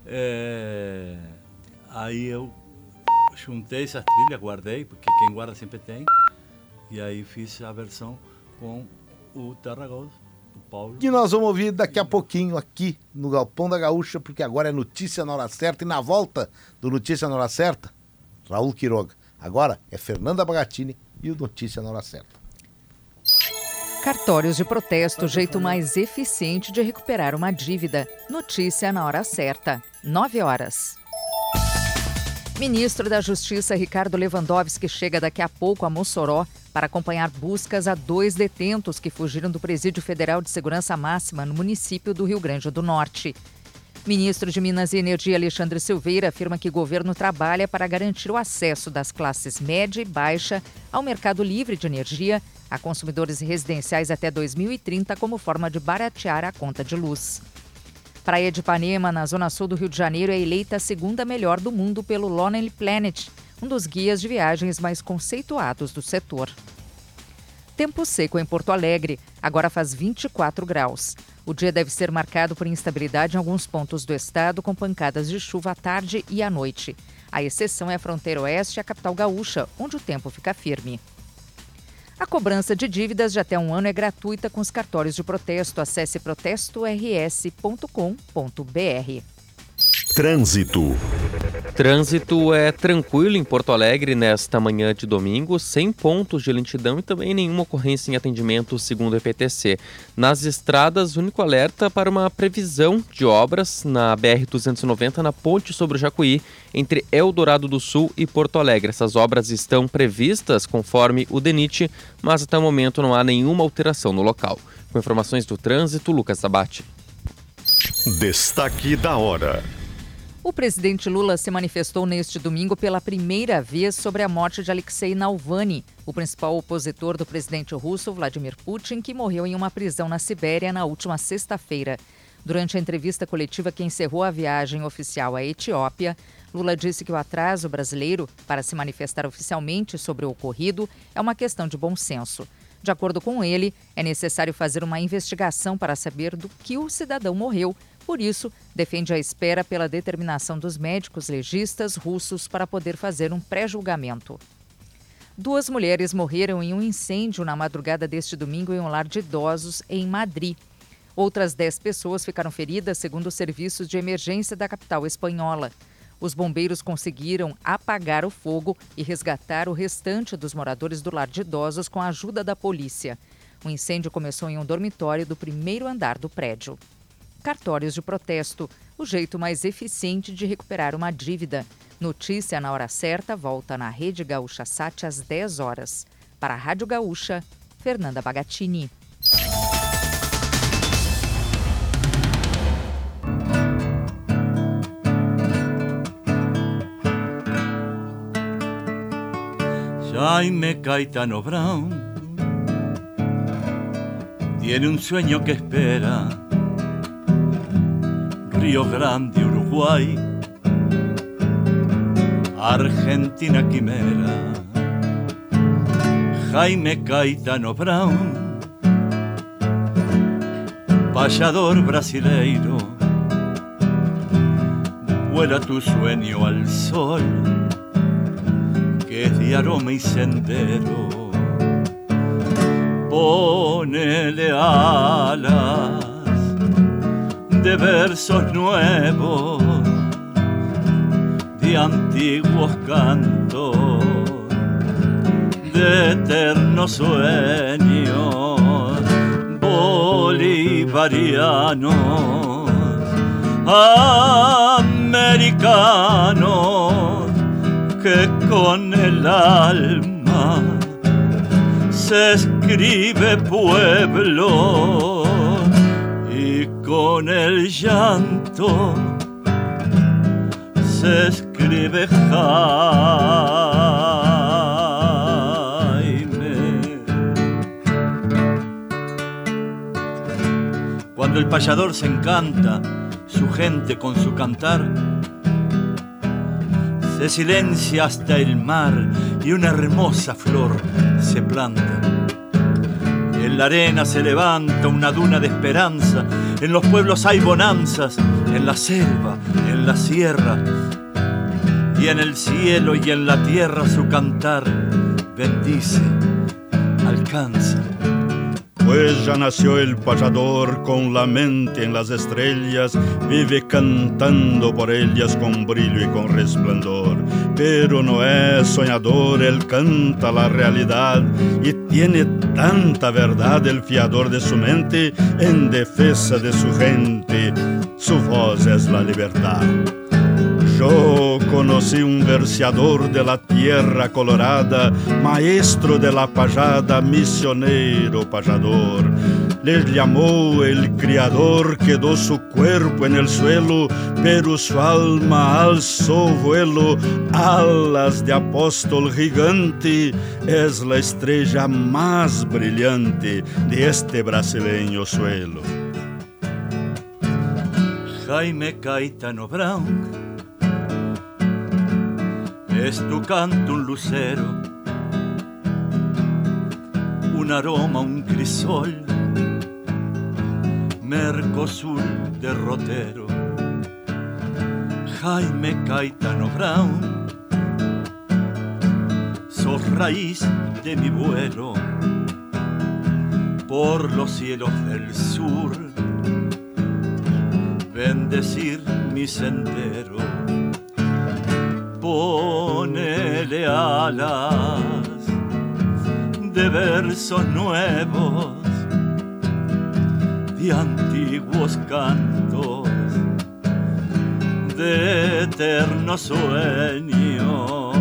É, aí eu juntei essas trilhas, guardei, porque quem guarda sempre tem, e aí fiz a versão com o Tarragós. Paulo. Que nós vamos ouvir daqui a pouquinho aqui no Galpão da Gaúcha, porque agora é Notícia na Hora Certa, e na volta do Notícia na Hora Certa, Raul Quiroga. Agora é Fernanda Bagatini e o Notícia na Hora Certa. Cartórios de protesto, o jeito mais eficiente de recuperar uma dívida. Notícia na hora certa, nove horas. Ministro da Justiça Ricardo Lewandowski chega daqui a pouco a Mossoró para acompanhar buscas a dois detentos que fugiram do Presídio Federal de Segurança Máxima no município do Rio Grande do Norte. Ministro de Minas e Energia Alexandre Silveira afirma que o governo trabalha para garantir o acesso das classes média e baixa ao mercado livre de energia a consumidores residenciais até dois mil e trinta como forma de baratear a conta de luz. Praia de Ipanema, na zona sul do Rio de Janeiro, é eleita a segunda melhor do mundo pelo Lonely Planet, um dos guias de viagens mais conceituados do setor. Tempo seco em Porto Alegre, agora faz vinte e quatro graus. O dia deve ser marcado por instabilidade em alguns pontos do estado, com pancadas de chuva à tarde e à noite. A exceção é a fronteira oeste e a capital gaúcha, onde o tempo fica firme. A cobrança de dívidas de até um ano é gratuita com os cartórios de protesto. Acesse protesto r s ponto com ponto b r. Trânsito. Trânsito é tranquilo em Porto Alegre nesta manhã de domingo, sem pontos de lentidão e também nenhuma ocorrência em atendimento, segundo o E P T C. Nas estradas, o único alerta para uma previsão de obras na B R duzentos e noventa, na ponte sobre o Jacuí, entre Eldorado do Sul e Porto Alegre. Essas obras estão previstas conforme o DENIT, mas até o momento não há nenhuma alteração no local. Com informações do trânsito, Lucas Abate. Destaque da hora. O presidente Lula se manifestou neste domingo pela primeira vez sobre a morte de Alexei Navalny, o principal opositor do presidente russo Vladimir Putin, que morreu em uma prisão na Sibéria na última sexta-feira. Durante a entrevista coletiva que encerrou a viagem oficial à Etiópia, Lula disse que o atraso brasileiro para se manifestar oficialmente sobre o ocorrido é uma questão de bom senso. De acordo com ele, é necessário fazer uma investigação para saber do que o cidadão morreu. Por isso, defende a espera pela determinação dos médicos legistas russos para poder fazer um pré-julgamento. Duas mulheres morreram em um incêndio na madrugada deste domingo em um lar de idosos em Madrid. Outras dez pessoas ficaram feridas, segundo os serviços de emergência da capital espanhola. Os bombeiros conseguiram apagar o fogo e resgatar o restante dos moradores do lar de idosos com a ajuda da polícia. O incêndio começou em um dormitório do primeiro andar do prédio. Cartórios de protesto, o jeito mais eficiente de recuperar uma dívida. Notícia na hora certa volta na Rede Gaúcha Sat às dez horas. Para a Rádio Gaúcha, Fernanda Bagatini. Jaime Caetano Brown tiene un sueño que espera. Río Grande, Uruguay, Argentina quimera. Jaime Caetano Brown, payador brasileiro, vuela tu sueño al sol, que es de aroma y sendero. Ponele alas de versos nuevos, de antiguos cantos, de eternos sueños bolivarianos, americanos, que con el alma se escribe pueblo y con el llanto se escribe Jaime. Cuando el payador se encanta, su gente con su cantar, se silencia hasta el mar y una hermosa flor se planta. En la arena se levanta una duna de esperanza, en los pueblos hay bonanzas, en la selva, en la sierra, y en el cielo y en la tierra su cantar bendice, alcanza. pues ya nació el payador con la mente en las estrellas, vive cantando por ellas con brillo y con resplandor. Pero no es soñador, él canta la realidad y tiene tanta verdad el fiador de su mente en defensa de su gente. Su voz es la libertad. Yo conocí un verseador de la tierra colorada, maestro de la payada, misionero payador. Les llamó el Criador, quedó su cuerpo en el suelo, pero su alma alzó vuelo. Alas de apóstol gigante, es la estrella más brillante de este brasileño suelo. Jaime Caetano Brown, es tu canto un lucero, un aroma, un crisol, Mercosur derrotero. Jaime Caetano Brown, sos raíz de mi vuelo por los cielos del sur, bendecir mi sendero. Ponele alas de versos nuevos, de antiguos cantos, de eternos sueños,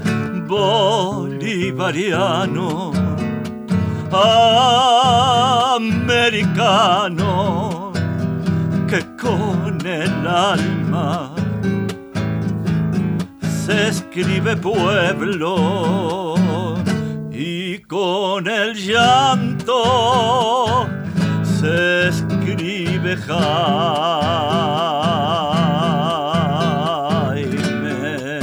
bolivariano, americano, que con el alma se escribe pueblo y con el llanto se escribe Jaime.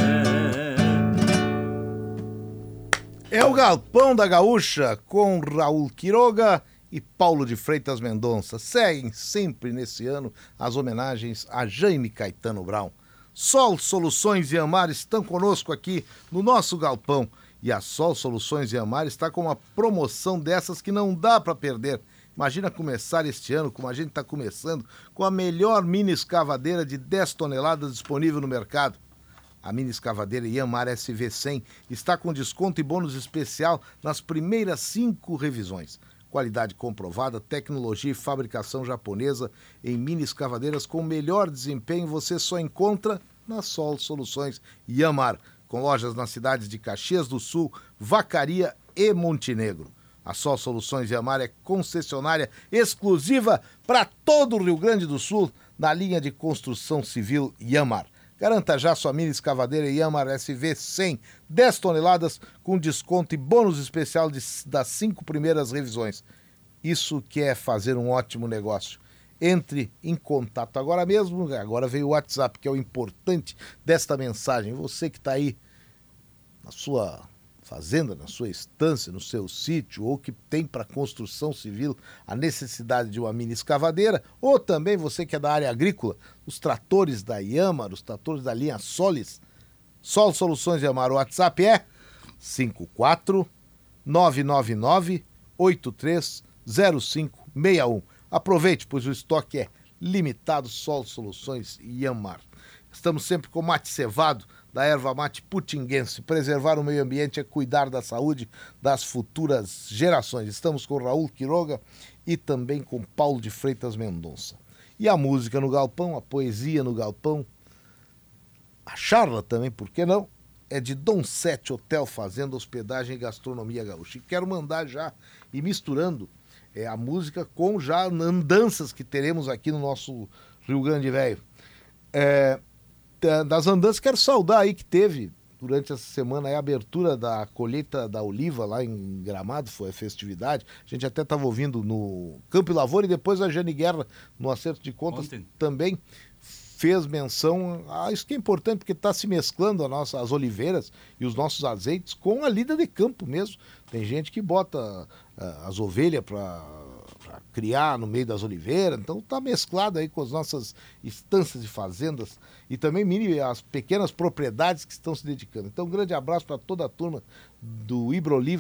É o Galpão da Gaúcha com Raul Quiroga e Paulo de Freitas Mendonça. Seguem sempre nesse ano as homenagens a Jaime Caetano Brown. Sol Soluções e Amar estão conosco aqui no nosso galpão. E a Sol Soluções e Amar está com uma promoção dessas que não dá para perder. Imagina começar este ano, como a gente está começando, com a melhor mini escavadeira de dez toneladas disponível no mercado. A mini escavadeira Yanmar S V cem está com desconto e bônus especial nas primeiras cinco revisões. Qualidade comprovada, tecnologia e fabricação japonesa em mini escavadeiras com melhor desempenho você só encontra na Sol Soluções Yanmar, com lojas nas cidades de Caxias do Sul, Vacaria e Montenegro. A Sol Soluções Yanmar é concessionária exclusiva para todo o Rio Grande do Sul na linha de construção civil Yanmar. Garanta já sua mini escavadeira Yanmar S V cem, dez toneladas, com desconto e bônus especial de, das cinco primeiras revisões. Isso que é fazer um ótimo negócio. Entre em contato agora mesmo, agora veio o WhatsApp, que é o importante desta mensagem. Você que está aí na sua fazenda, na sua estância, no seu sítio, ou que tem para construção civil a necessidade de uma mini escavadeira, ou também você que é da área agrícola, os tratores da Yanmar, os tratores da linha Solis, Sol Soluções Yanmar, o WhatsApp é cinco quatro nove nove nove oito três zero cinco seis um. Aproveite, pois o estoque é limitado. Sol Soluções Yanmar. Estamos sempre com mate cevado da erva mate putinguense. Preservar o meio ambiente é cuidar da saúde das futuras gerações. Estamos com Raul Quiroga e também com Paulo de Freitas Mendonça. E a música no galpão, a poesia no galpão, a charla também, por que não? É de Dom Sete Hotel Fazenda, Hospedagem e Gastronomia Gaúcha. E quero mandar já, e misturando é, a música com já andanças que teremos aqui no nosso Rio Grande Velho. É, das andanças, quero saudar aí que teve durante essa semana a abertura da colheita da oliva lá em Gramado, foi a festividade. A gente até estava ouvindo no Campo e Lavoura, e depois a Jane Guerra, no Acerto de Contas, Ontem. também fez menção a isso, que é importante, porque está se mesclando a nossa, as oliveiras e os nossos azeites com a lida de campo mesmo. Tem gente que bota uh, as ovelhas para criar no meio das oliveiras, então está mesclado aí com as nossas estâncias de fazendas e também mini, as pequenas propriedades que estão se dedicando. Então um grande abraço para toda a turma do Ibroliva,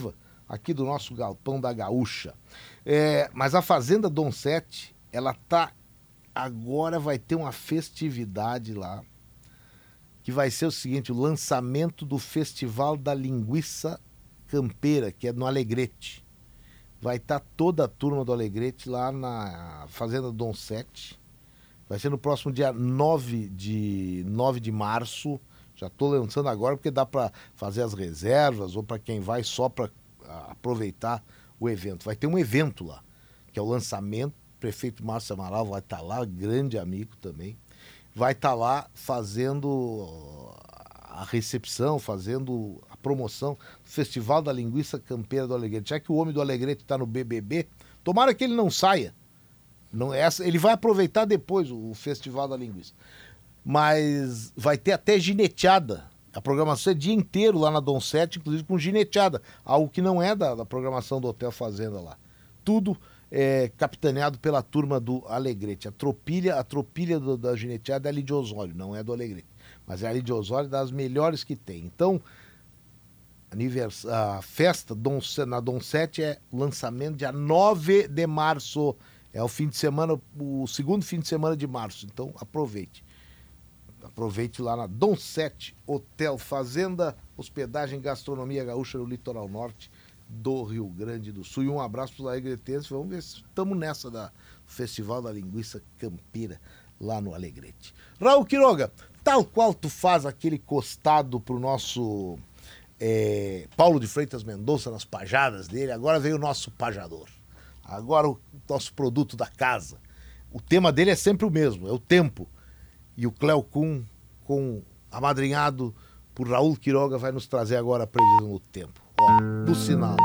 aqui do nosso Galpão da Gaúcha. É, mas a Fazenda Dom Sete, ela tá... Agora vai ter uma festividade lá, que vai ser o seguinte, o lançamento do Festival da Linguiça Campeira, que é no Alegrete. Vai estar toda a turma do Alegrete lá na Fazenda Dom Sete. Vai ser no próximo dia nove de março. Já estou lançando agora porque dá para fazer as reservas ou para quem vai só para aproveitar o evento. Vai ter um evento lá, que é o lançamento. O prefeito Márcio Amaral vai estar lá, grande amigo também. Vai estar lá fazendo a recepção, fazendo a promoção do Festival da Linguiça Campeira do Alegrete. Já que o homem do Alegrete está no B B B, tomara que ele não saia. Não, essa, ele vai aproveitar depois o, o Festival da Linguiça. Mas vai ter até gineteada. A programação é dia inteiro lá na Dom Sete, inclusive com gineteada. Algo que não é da, da programação do Hotel Fazenda lá. Tudo é capitaneado pela turma do Alegrete. A tropilha, a tropilha do, da gineteada é ali de Osório, não é do Alegrete. Mas é ali de Osório, das melhores que tem. Então, anivers... a festa Dom, na Dom Sete é lançamento dia nove de março. É o fim de semana, o segundo fim de semana de março. Então, aproveite. Aproveite lá na Dom Sete, Hotel Fazenda, hospedagem, gastronomia gaúcha no litoral norte do Rio Grande do Sul. E um abraço para os alegretenses. Vamos ver se estamos nessa da Festival da Linguiça Campeira lá no Alegrete. Raul Quiroga, tal qual tu faz aquele costado pro nosso é, Paulo de Freitas Mendonça nas pajadas dele, agora veio o nosso pajador. Agora o nosso produto da casa. O tema dele é sempre o mesmo, é o tempo. E o Cleo Kuhn, com amadrinhado por Raul Quiroga, vai nos trazer agora a previsão do tempo. Ó, do sinal.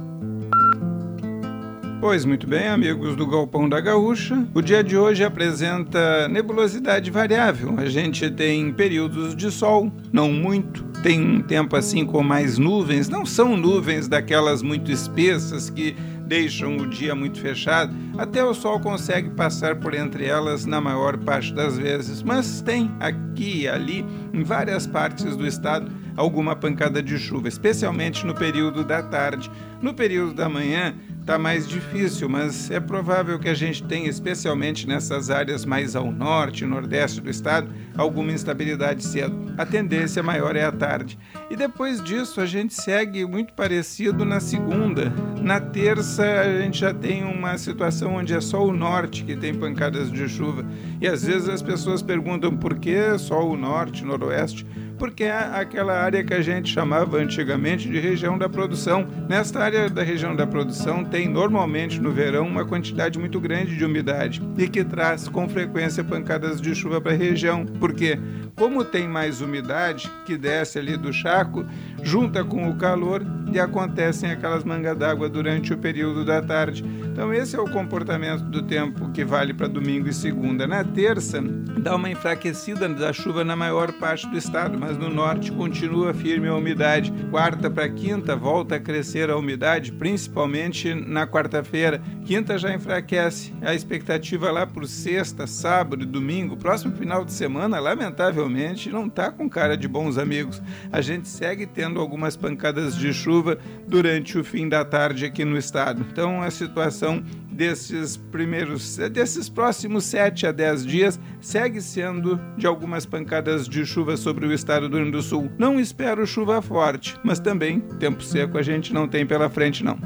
Pois muito bem, amigos do Galpão da Gaúcha, o dia de hoje apresenta nebulosidade variável. A gente tem períodos de sol, não muito, tem um tempo assim com mais nuvens, não são nuvens daquelas muito espessas que deixam o dia muito fechado, até o sol consegue passar por entre elas na maior parte das vezes, mas tem aqui e ali, em várias partes do estado, alguma pancada de chuva, especialmente no período da tarde. No período da manhã está mais difícil, mas é provável que a gente tenha, especialmente nessas áreas mais ao norte e nordeste do estado, alguma instabilidade cedo. A tendência maior é à tarde. E depois disso a gente segue muito parecido na segunda. Na terça a gente já tem uma situação onde é só o norte que tem pancadas de chuva. E às vezes as pessoas perguntam por que só o norte, noroeste? Porque é aquela área que a gente chamava antigamente de região da produção. Nesta área da região da produção tem normalmente no verão uma quantidade muito grande de umidade e que traz com frequência pancadas de chuva para a região. Porque como tem mais umidade que desce ali do charco, junta com o calor e acontecem aquelas mangas d'água durante o período da tarde. Então esse é o comportamento do tempo que vale para domingo e segunda. Na terça dá uma enfraquecida da chuva na maior parte do estado, mas no norte continua firme a umidade. Quarta para quinta volta a crescer a umidade, principalmente na quarta-feira. Quinta já enfraquece. A expectativa lá por sexta, sábado e domingo, próximo final de semana, lamentavelmente, não está com cara de bons amigos. A gente segue tendo algumas pancadas de chuva durante o fim da tarde aqui no estado. Então a situação desses primeiros, desses próximos sete a dez dias segue sendo de algumas pancadas de chuva sobre o estado do Rio Grande do Sul. Não espero chuva forte, mas também tempo seco a gente não tem pela frente não.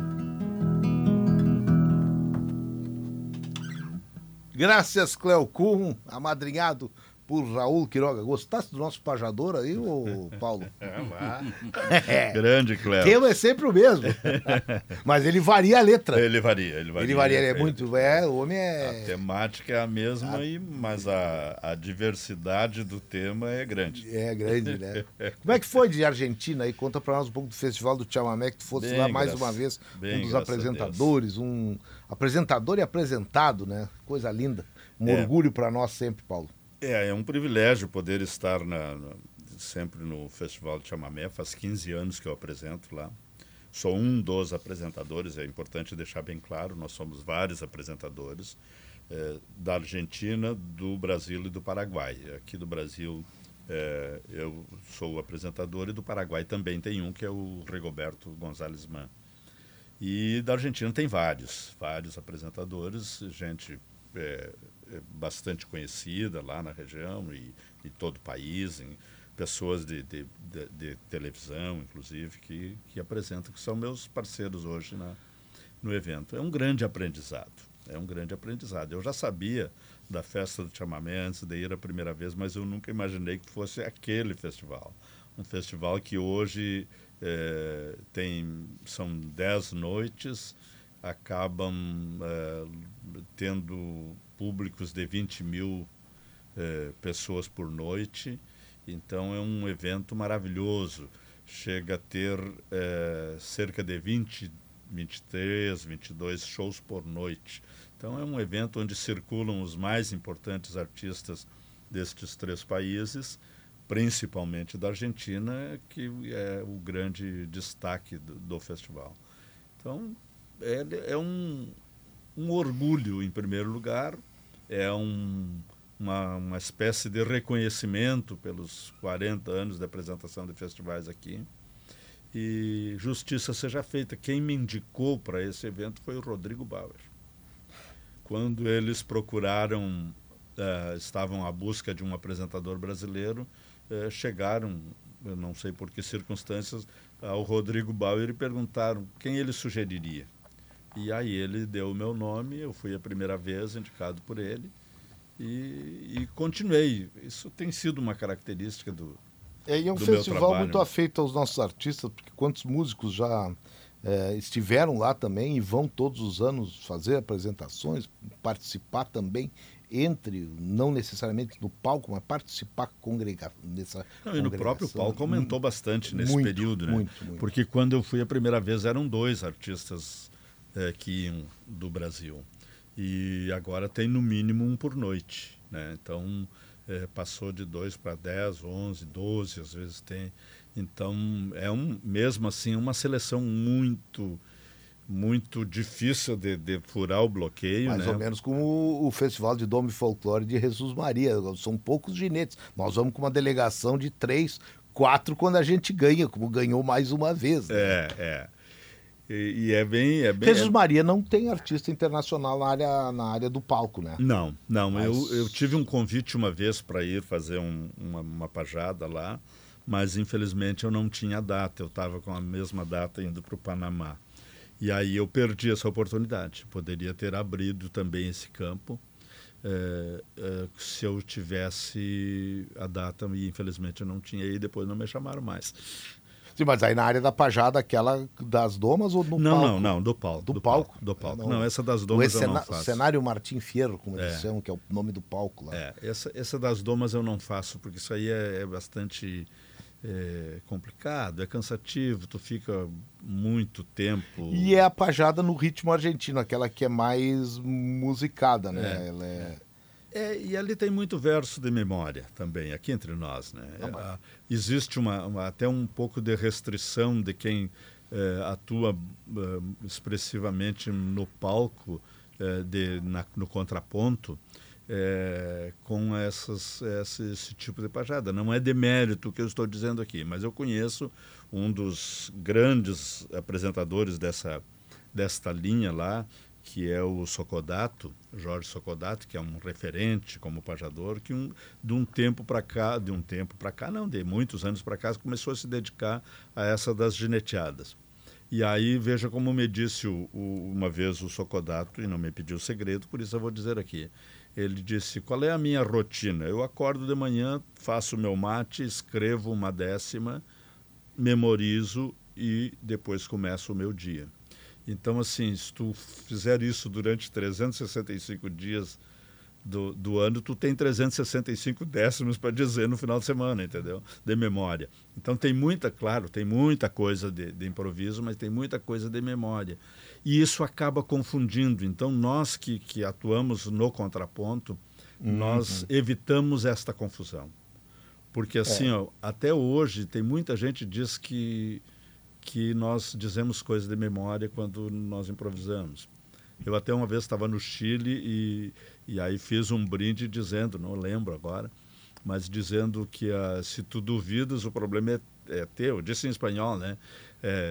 Graças, Cleo Kuhn, amadrinhado por Raul Quiroga. Gostaste do nosso pajador aí, ô Paulo? É, grande, Cleo. O tema é sempre o mesmo. Mas ele varia a letra. Ele varia, ele varia. Ele varia, ele é muito... É, o homem é... A temática é a mesma, a... mas a, a diversidade do tema é grande. É grande, né? Como é que foi de Argentina aí? Conta pra nós um pouco do Festival do Chamamé, que tu fosse bem, lá mais graças, uma vez, bem, um dos apresentadores, um apresentador e apresentado, né? Coisa linda. Um é. orgulho pra nós sempre, Paulo. É, é um privilégio poder estar na, na, sempre no Festival de Chamamé. Faz quinze anos que eu apresento lá. Sou um dos apresentadores, é importante deixar bem claro, nós somos vários apresentadores é, da Argentina, do Brasil e do Paraguai. Aqui do Brasil é, eu sou o apresentador e do Paraguai também tem um, que é o Rigoberto González Mann. E da Argentina tem vários, vários apresentadores, gente é, é bastante conhecida lá na região e em todo o país, em, pessoas de, de, de, de televisão, inclusive, que, que apresentam, que são meus parceiros hoje na, no evento. É um grande aprendizado, é um grande aprendizado. Eu já sabia da festa do chamamé antes de ir a primeira vez, mas eu nunca imaginei que fosse aquele festival. Um festival que hoje é, tem, são dez noites, acabam é, tendo públicos de vinte mil é, pessoas por noite. Então é um evento maravilhoso. Chega a ter é, cerca de vinte, vinte e três, vinte e dois shows por noite. Então é um evento onde circulam os mais importantes artistas destes três países, principalmente da Argentina, que é o grande destaque do, do festival. Então é, é um, um orgulho, em primeiro lugar, é um... Uma, uma espécie de reconhecimento pelos quarenta anos de apresentação de festivais aqui. E justiça seja feita. Quem me indicou para esse evento foi o Rodrigo Bauer. Quando eles procuraram, uh, estavam à busca de um apresentador brasileiro, uh, chegaram, eu não sei por que circunstâncias, ao Rodrigo Bauer e perguntaram quem ele sugeriria. E aí ele deu o meu nome, eu fui a primeira vez indicado por ele. E, e continuei. Isso tem sido uma característica do É, e é um do festival muito afeito aos nossos artistas, porque quantos músicos já é, estiveram lá também e vão todos os anos fazer apresentações, participar também, entre, não necessariamente no palco, mas participar congrega, nessa não, e no próprio palco aumentou bastante nesse muito, período, né? Muito, muito. Porque quando eu fui a primeira vez eram dois artistas é, que iam do Brasil. E agora tem no mínimo um por noite, né? Então é, passou de dois para dez, onze, doze, às vezes tem. Então é um, mesmo assim uma seleção muito, muito difícil de, de furar o bloqueio. Mais né? ou menos como o, o Festival de Dom e Folclore de Jesus Maria. São poucos ginetes. Nós vamos com uma delegação de três, quatro quando a gente ganha, como ganhou mais uma vez. Né? É, é. E, e é bem... É bem Jesus é... Maria não tem artista internacional na área, na área do palco, né? Não, não. Mas... Eu, eu tive um convite uma vez para ir fazer um, uma, uma pajada lá, mas infelizmente eu não tinha data. Eu estava com a mesma data indo para o Panamá. E aí eu perdi essa oportunidade. Poderia ter abrido também esse campo é, é, se eu tivesse a data, e infelizmente eu não tinha, e depois não me chamaram mais. Sim, mas aí na área da pajada, aquela das domas ou no não, palco? Não, não, do palco. Do, do palco? palco? Do palco. Não, não, essa das domas eu não faço. O cenário Martim Fierro, como é. eles chamam, que é o nome do palco lá. É, essa, essa das domas eu não faço, porque isso aí é, é bastante é, complicado, é cansativo, tu fica muito tempo... E é a pajada no ritmo argentino, aquela que é mais musicada, né? É. Ela é... É, e ali tem muito verso de memória também, aqui entre nós, né? Não, mas... é, existe uma, uma, até um pouco de restrição de quem é, atua é, expressivamente no palco, é, de, na, no contraponto, é, com essas, esse, esse tipo de pajada. Não é demérito o que eu estou dizendo aqui, mas eu conheço um dos grandes apresentadores dessa, desta linha lá, que é o Socodato, Jorge Socodato, que é um referente como pajador, que um, de um tempo para cá, de um tempo para cá, não, de muitos anos para cá, começou a se dedicar a essa das gineteadas. E aí, veja como me disse o, o, uma vez o Socodato, e não me pediu segredo, por isso eu vou dizer aqui. Ele disse, qual é a minha rotina? Eu acordo de manhã, faço meu mate, escrevo uma décima, memorizo e depois começo o meu dia. Então, assim, se tu fizer isso durante trezentos e sessenta e cinco dias do, do ano, tu tem trezentos e sessenta e cinco décimos para dizer no final de semana, entendeu? De memória. Então, tem muita, claro, tem muita coisa de, de improviso, mas tem muita coisa de memória. E isso acaba confundindo. Então, nós que, que atuamos no contraponto, uhum. nós evitamos esta confusão. Porque, assim, é. ó, até hoje, tem muita gente que diz que... que nós dizemos coisas de memória quando nós improvisamos. Eu até uma vez estava no Chile e, e aí fiz um brinde dizendo, não lembro agora, mas dizendo que uh, se tu duvidas, o problema é, é teu. Eu disse em espanhol, né? É,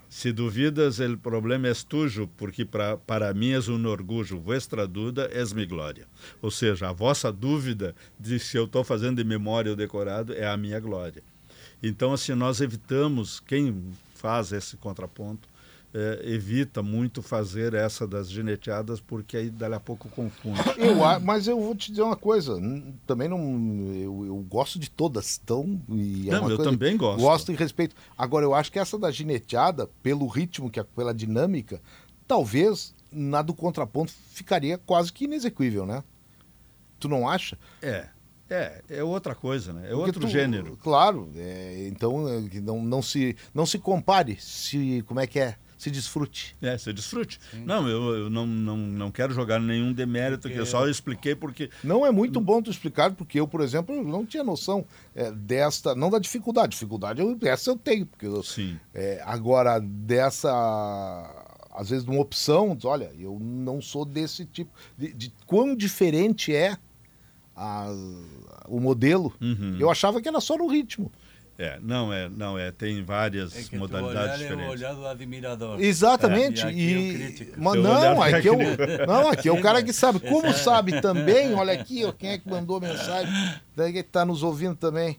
Se duvidas, o problema é tuyo, porque pra, para mim és um orgulho. Vuestra duda és mi glória. Ou seja, a vossa dúvida de se eu estou fazendo de memória ou decorado é a minha glória. Então, assim, nós evitamos, quem faz esse contraponto, é, evita muito fazer essa das gineteadas, porque aí dali a pouco confunde. Eu, mas eu vou te dizer uma coisa, também não, eu, eu gosto de todas, então, e é não, uma eu coisa, também gosto. Gosto e respeito. Agora, eu acho que essa da gineteada, pelo ritmo, que é, pela dinâmica, talvez na do contraponto ficaria quase que inexequível, né? Tu não acha? É. É, é outra coisa, né? É Porque outro tu, gênero. Claro, é, então não, não, se, não se compare, se, como é que é? Se desfrute. É, se desfrute. Sim. Não, eu, eu não, não, não quero jogar nenhum demérito, porque eu só expliquei porque... Não é muito bom tu explicar, porque eu, por exemplo, eu não tinha noção é, desta, não da dificuldade, dificuldade eu, essa eu tenho, porque eu, Sim. É, agora dessa... Às vezes, de uma opção, olha, eu não sou desse tipo, de, de quão diferente é A, o modelo, uhum. Eu achava que era só no ritmo. É, não é, não é, tem várias é que modalidades diferentes. É o olhar do admirador. Exatamente. É, e, e mas não, aqui é o, não, aqui é o cara que sabe. Como sabe também, olha aqui, ó, quem é que mandou mensagem, daí que está nos ouvindo também.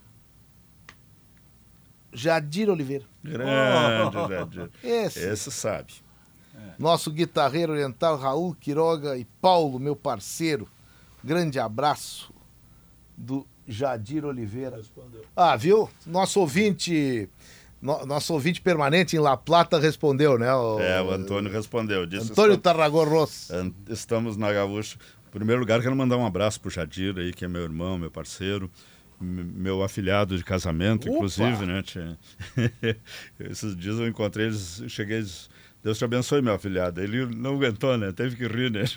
Jadir Oliveira. Grande, oh. Jadir. Esse. Esse sabe. Nosso guitarreiro oriental Raul Quiroga e Paulo, meu parceiro. Grande abraço do Jadir Oliveira. Respondeu. Ah, viu? Nosso ouvinte, no, nosso ouvinte permanente em La Plata respondeu, né? O, é, o Antônio respondeu. Disse, Antônio Tarragorros. Estamos na Gaúcha. Em primeiro lugar, quero mandar um abraço pro Jadir aí, que é meu irmão, meu parceiro, meu afilhado de casamento, Opa! Inclusive, né? Esses dias eu encontrei eles, cheguei... Deus te abençoe, meu afilhado. Ele não aguentou, né? Teve que rir, né?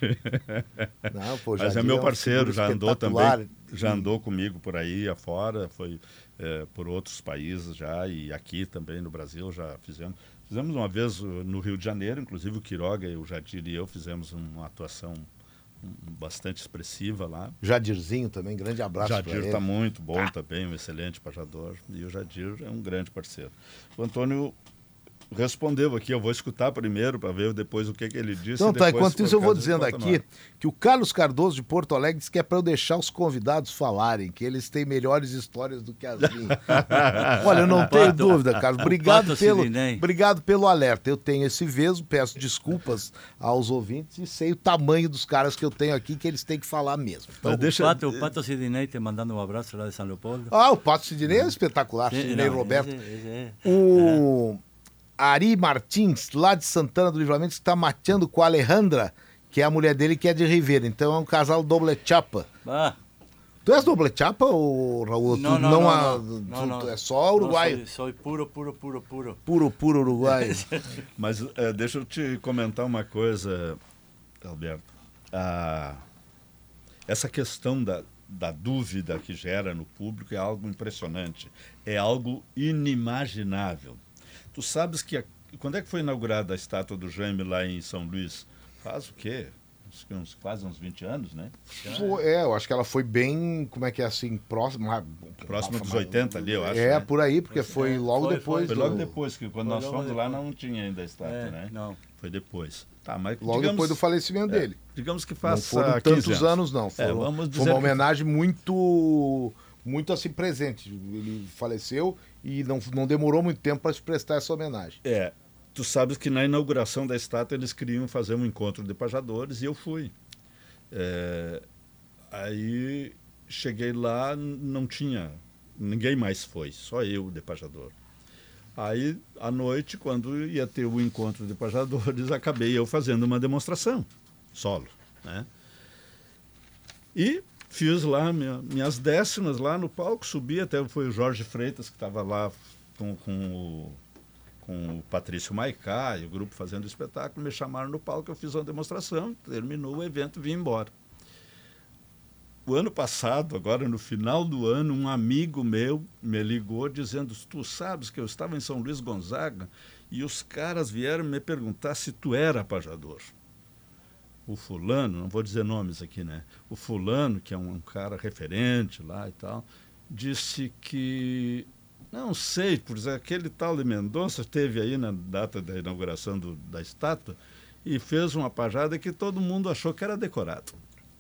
Não, pô, mas é meu parceiro, já andou também, já andou comigo por aí afora, foi é, por outros países já, e aqui também no Brasil já fizemos. Fizemos uma vez no Rio de Janeiro, inclusive o Quiroga, o Jadir e eu fizemos uma atuação bastante expressiva lá. Jadirzinho também, grande abraço. Jadir está muito bom ah. também, um excelente pajador, e o Jadir é um grande parceiro. O Antônio respondeu aqui, eu vou escutar primeiro para ver depois o que, que ele disse. Então tá, depois, enquanto isso eu vou dizendo aqui que o Carlos Cardoso de Porto Alegre disse que é para eu deixar os convidados falarem, que eles têm melhores histórias do que as minhas. Olha, eu não tenho dúvida, Carlos. Obrigado pelo, obrigado pelo alerta. Eu tenho esse veso, peço desculpas aos ouvintes e sei o tamanho dos caras que eu tenho aqui, que eles têm que falar mesmo. Então, deixa... o, Pato, o Pato Sidney te mandando um abraço lá de São Leopoldo. Ah, o Pato Sidney é espetacular, Sim, Sidney não, Roberto. Esse, esse é. O... É. Ari Martins, lá de Santana do Livramento, que está mateando com a Alejandra, que é a mulher dele, que é de Ribeira. Então é um casal doble chapa. Ah. Tu és doble chapa, ou Raul? Não, tu, não, não, não, a, não, tu, não, não. Tu é só uruguaio? Sou, sou puro, puro, puro, puro. Puro, puro uruguaio. Mas é, deixa eu te comentar uma coisa, Alberto. Ah, essa questão da, da dúvida que gera no público é algo impressionante. É algo inimaginável. Tu sabes que a, quando é que foi inaugurada a estátua do Jaime lá em São Luís? Faz o quê? Uns, uns, quase uns vinte anos, né? Foi, é, eu acho que ela foi bem, como é que é assim, próxima... Próximo dos oitenta ali, eu acho. É, né? por aí, porque foi logo foi, depois. Foi, do... foi logo depois, que quando foi nós fomos lá não tinha ainda a estátua, é, né? Não. Foi depois. Tá, mas logo digamos, depois do falecimento é, dele. Digamos que faça não foram tantos anos. anos, não. Foram, é, vamos dizer foi uma que... homenagem muito... muito assim presente. Ele faleceu e não, não demorou muito tempo para se prestar essa homenagem. É, tu sabes que na inauguração da estátua eles queriam fazer um encontro de pajadores e eu fui. É, aí cheguei lá, não tinha, ninguém mais foi, só eu de pajador. Aí, à noite, quando ia ter o encontro de pajadores, acabei eu fazendo uma demonstração, solo, né? E... fiz lá minha, minhas décimas lá no palco, subi, até foi o Jorge Freitas que estava lá com, com, o, com o Patrício Maicá e o grupo fazendo o espetáculo, me chamaram no palco, eu fiz uma demonstração, terminou o evento e vim embora. O ano passado, agora no final do ano, um amigo meu me ligou dizendo, tu sabes que eu estava em São Luís Gonzaga e os caras vieram me perguntar se tu era pajador. O fulano, não vou dizer nomes aqui, né? O fulano, que é um cara referente lá e tal, disse que Não sei, por exemplo, aquele tal de Mendonça esteve aí na data da inauguração do, da estátua e fez uma pajada que todo mundo achou que era decorado.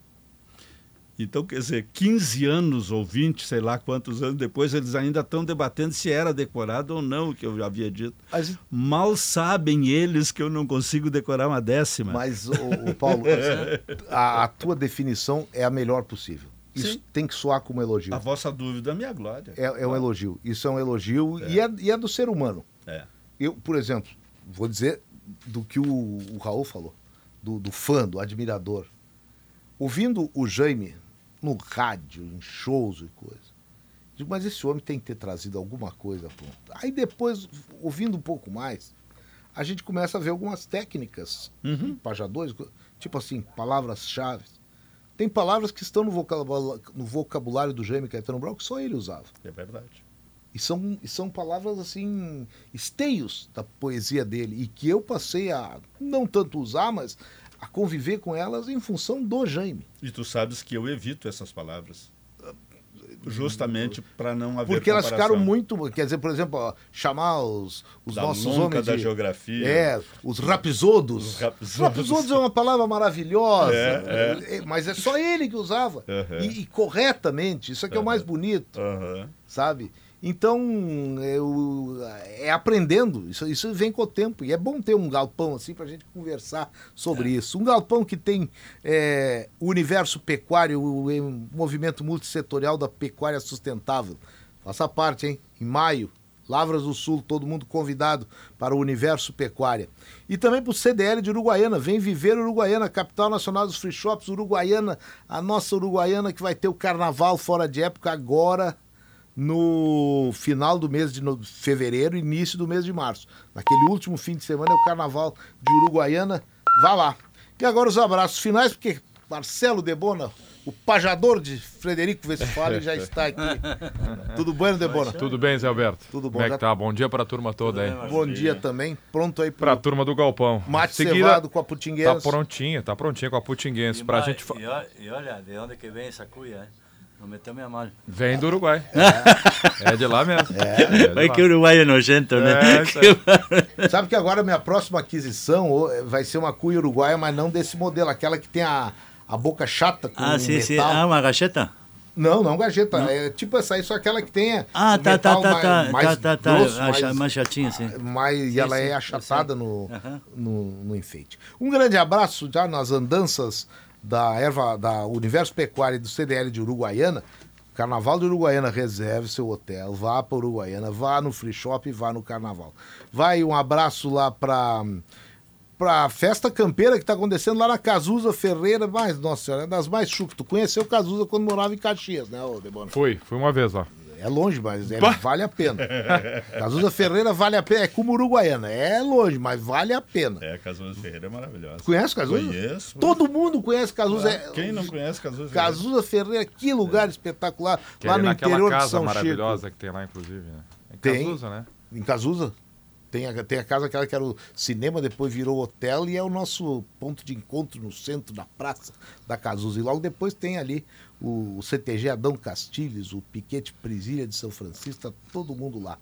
Então, quer dizer, quinze anos ou vinte, sei lá quantos anos depois, eles ainda estão debatendo se era decorado ou não, o que eu já havia dito. Mas, mal sabem eles que eu não consigo decorar uma décima. Mas, o, o Paulo, a, a tua definição é a melhor possível. Isso Sim. tem que soar como elogio. A vossa dúvida é minha glória. É, é um elogio. Isso é um elogio é. E, é, e é do ser humano. É. Eu, por exemplo, vou dizer do que o, o Raul falou, do, do fã, do admirador. Ouvindo o Jaime no rádio, em shows e coisa, digo, mas esse homem tem que ter trazido alguma coisa pronta. Aí depois, ouvindo um pouco mais, a gente começa a ver algumas técnicas, uhum. pajadores, tipo assim, palavras-chave. Tem palavras que estão no vocabulário, no vocabulário do Jaime Caetano Brown que só ele usava. É verdade. E são, e são palavras, assim, esteios da poesia dele, e que eu passei a, não tanto usar, mas a conviver com elas em função do Jaime. E tu sabes que eu evito essas palavras. Justamente para não haver Porque elas comparação. ficaram muito... Quer dizer, por exemplo, ó, chamar os, os da nossos nunca homens da de... geografia. É, os rapisodos. Os rapisodos. Rapisodos é uma palavra maravilhosa. É, é. É, mas é só ele que usava. Uhum. E, e corretamente. Isso aqui uhum. é o mais bonito. Uhum. Sabe? Então, eu, é aprendendo, isso, isso vem com o tempo, e é bom ter um galpão assim para a gente conversar sobre é. isso. Um galpão que tem é, o universo pecuário, o, o movimento multissetorial da pecuária sustentável. Faça parte, hein? Em maio, Lavras do Sul, todo mundo convidado para o universo pecuária. E também para o C D L de Uruguaiana, vem viver Uruguaiana, capital nacional dos free shops, Uruguaiana, a nossa Uruguaiana que vai ter o carnaval fora de época agora, no final do mês de fevereiro, início do mês de março. Naquele último fim de semana é o Carnaval de Uruguaiana. Vá lá. E agora os abraços finais, porque Marcelo Debona, o pajador de Frederico Westphalen, já está aqui. Tudo bem, Debona? Tudo bem, Zé Alberto. Tudo bom. Como é que tá? Bom dia para a turma toda aí. Bom dia também. Pronto aí para a turma do Galpão. Mate Seguida, cevado com a Putinguense. Tá prontinha, tá prontinha com a Putinguense. Pra mas, gente... E olha, de onde que vem essa cuia, hein? Não meteu minha mão. Vem do Uruguai. É, é de lá mesmo. É. É Vai que o Uruguai é nojento, né? É, sabe que agora a minha próxima aquisição vai ser uma cuia uruguaia, mas não desse modelo, aquela que tem a, a boca chata com ah, sim, metal. Sim. Ah, uma gacheta? Não, não gacheta. Não. É tipo essa aí, só aquela que tem ah, tá, tá, tá, mais, tá, mais tá, tá, grosso, tá. mais, mais chatinha, sim. Mais, sim, e ela sim, é achatada no, uhum. no, no enfeite. Um grande abraço já nas andanças da erva da Universo Pecuário e do C D L de Uruguaiana. Carnaval de Uruguaiana, reserve seu hotel, vá para Uruguaiana, vá no free shop e vá no carnaval. Vai um abraço lá para para festa campeira que está acontecendo lá na Cazuza Ferreira, mas, nossa senhora, é das mais chucas. Tu conheceu Cazuza quando morava em Caxias, né, ô Debona? Fui, fui uma vez lá. É longe, mas é, vale a pena. Cazuza Ferreira vale a pena, é como Uruguaiana, é longe, mas vale a pena. É, Cazuza Ferreira é maravilhosa. Conhece Cazuza? Conheço. Todo mundo conhece Cazuza. Ah, quem não conhece Cazuza Ferreira? Cazuza Ferreira, que lugar é. espetacular, que lá é no interior de São Chico. casa maravilhosa que tem lá, inclusive, né? Em tem, Cazuza, né? Em Cazuza. Tem a, tem a casa aquela que era o cinema, depois virou hotel e é o nosso ponto de encontro no centro da praça da Cazuza. E logo depois tem ali o, o C T G Adão Castilhos, o Piquete Prisilha de São Francisco, tá todo mundo lá.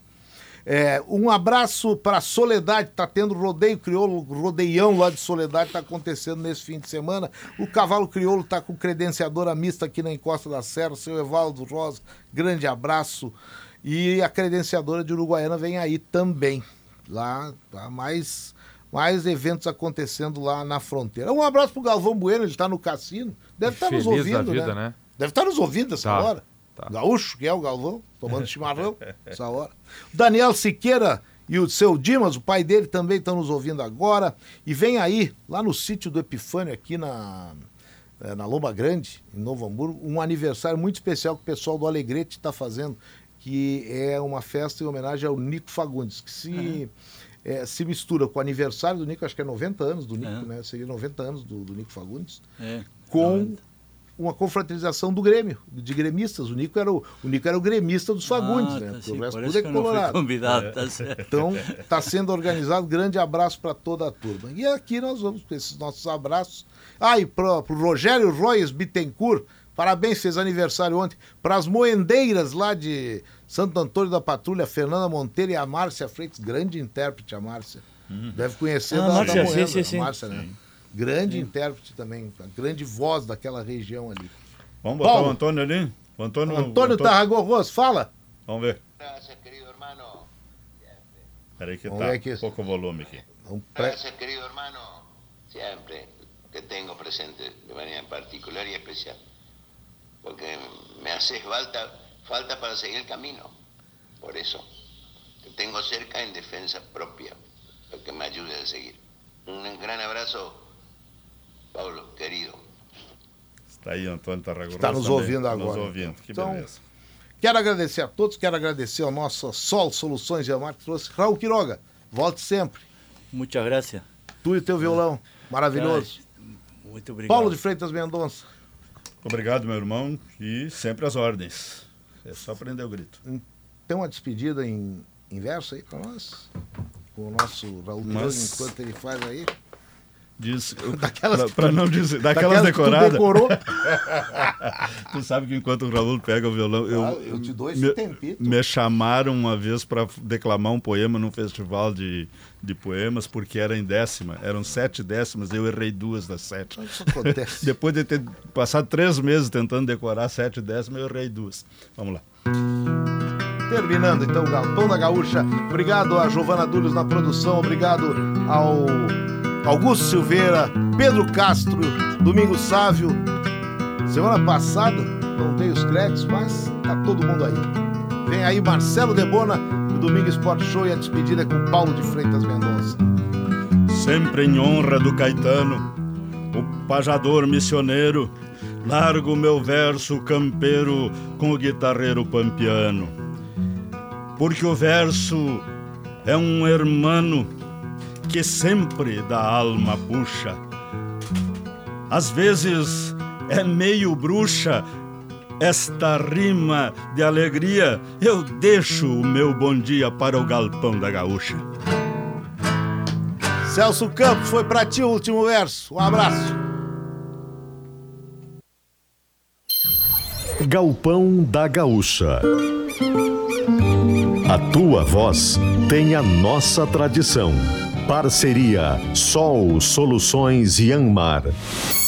É, um abraço para Soledade, tá tendo rodeio crioulo, rodeião lá de Soledade, tá acontecendo nesse fim de semana. O cavalo crioulo tá com credenciadora mista aqui na Encosta da Serra, seu Evaldo Rosa, grande abraço. E a credenciadora de Uruguaiana vem aí também. Lá, tá mais, mais eventos acontecendo lá na fronteira. Um abraço pro Galvão Bueno, ele tá no cassino. Deve estar tá nos ouvindo, vida, né? né? Deve estar tá nos ouvindo essa tá, hora. Tá. Gaúcho, que é o Galvão, tomando chimarrão essa hora. O Daniel Siqueira e o seu Dimas, o pai dele, também estão nos ouvindo agora. E vem aí, lá no sítio do Epifânio, aqui na, na Lomba Grande, em Novo Hamburgo, um aniversário muito especial que o pessoal do Alegrete está fazendo, que é uma festa em homenagem ao Nico Fagundes, que se, uhum. é, se mistura com o aniversário do Nico, acho que é noventa anos do Nico, uhum. né? Seria noventa anos do, do Nico Fagundes, é, com noventa. Uma confraternização do Grêmio, de gremistas. O Nico era o, o, Nico era o gremista dos Fagundes, ah, né? Tá, sim, o resto tudo é colorado. Convidado, tá certo. Então, está sendo organizado. Grande abraço para toda a turma. E aqui nós vamos com esses nossos abraços. Ah, e para o Rogério Royes Bittencourt, Parabéns, fez aniversário ontem. Para as moendeiras lá de Santo Antônio da Patrulha, Fernanda Monteiro e a Márcia Freitas, grande intérprete a Márcia. Uhum. Deve conhecer ah, da, Márcia, da Moenda, sim, sim, a Márcia, né? Sim. Grande sim. intérprete também, a grande voz daquela região ali. Vamos botar Paulo. o Antônio ali? O Antônio, Antônio, Antônio Tarragorros, fala. Vamos ver. Gracias, querido hermano. Peraí que Vamos tá ver aqui. pouco volume aqui. Gracias, querido hermano. Siempre te tengo presente de manera particular y especial. Porque me haces falta, falta para seguir el camino. Por eso, te tengo cerca en defensa propia, para que me ayude a seguir. Un gran abrazo, Paulo, querido. Está aí, Antônio Tarragorros. Está nos também, ouvindo agora. Nos ouvindo, que então, beleza. Quero agradecer a todos, quero agradecer ao nosso Sol Soluções de Amar que trouxe. Raul Quiroga, volte sempre. Muchas gracias. Tu e o teu violão, maravilhoso. Muito obrigado. Paulo de Freitas Mendonça. Obrigado, meu irmão, e sempre às ordens. É só prender o grito. Tem uma despedida em, em verso aí para nós? Com o nosso Raul Quiroga, Mas... enquanto ele faz aí. Diz, daquelas, pra, pra não dizer, daquelas, daquelas decoradas. Tu, tu sabe que enquanto o Raul pega o violão, eu, ah, eu te dou esse me, tempito. Me chamaram uma vez para declamar um poema num festival de, de poemas, porque era em décima, eram sete décimas, eu errei duas das sete. Isso acontece. Depois de ter passado três meses tentando decorar sete décimas, eu errei duas. Vamos lá. Terminando então o Galpão da Gaúcha. Obrigado a Giovana Dúlios na produção, obrigado ao Augusto Silveira, Pedro Castro, Domingos Sávio. Semana passada não dei os créditos, mas tá todo mundo aí. Vem aí Marcelo Debona, do Domingo Esporte Show, e a despedida é com Paulo de Freitas Mendonça. Sempre em honra do Caetano, o pajador missioneiro, largo meu verso campeiro com o guitarreiro pampiano. Porque o verso é um hermano que sempre da alma puxa. Às vezes é meio bruxa esta rima de alegria. Eu deixo o meu bom dia para o Galpão da Gaúcha. Celso Campos, foi pra ti o último verso. Um abraço. Galpão da Gaúcha. A tua voz tem a nossa tradição. Parceria Sol Soluções Yanmar.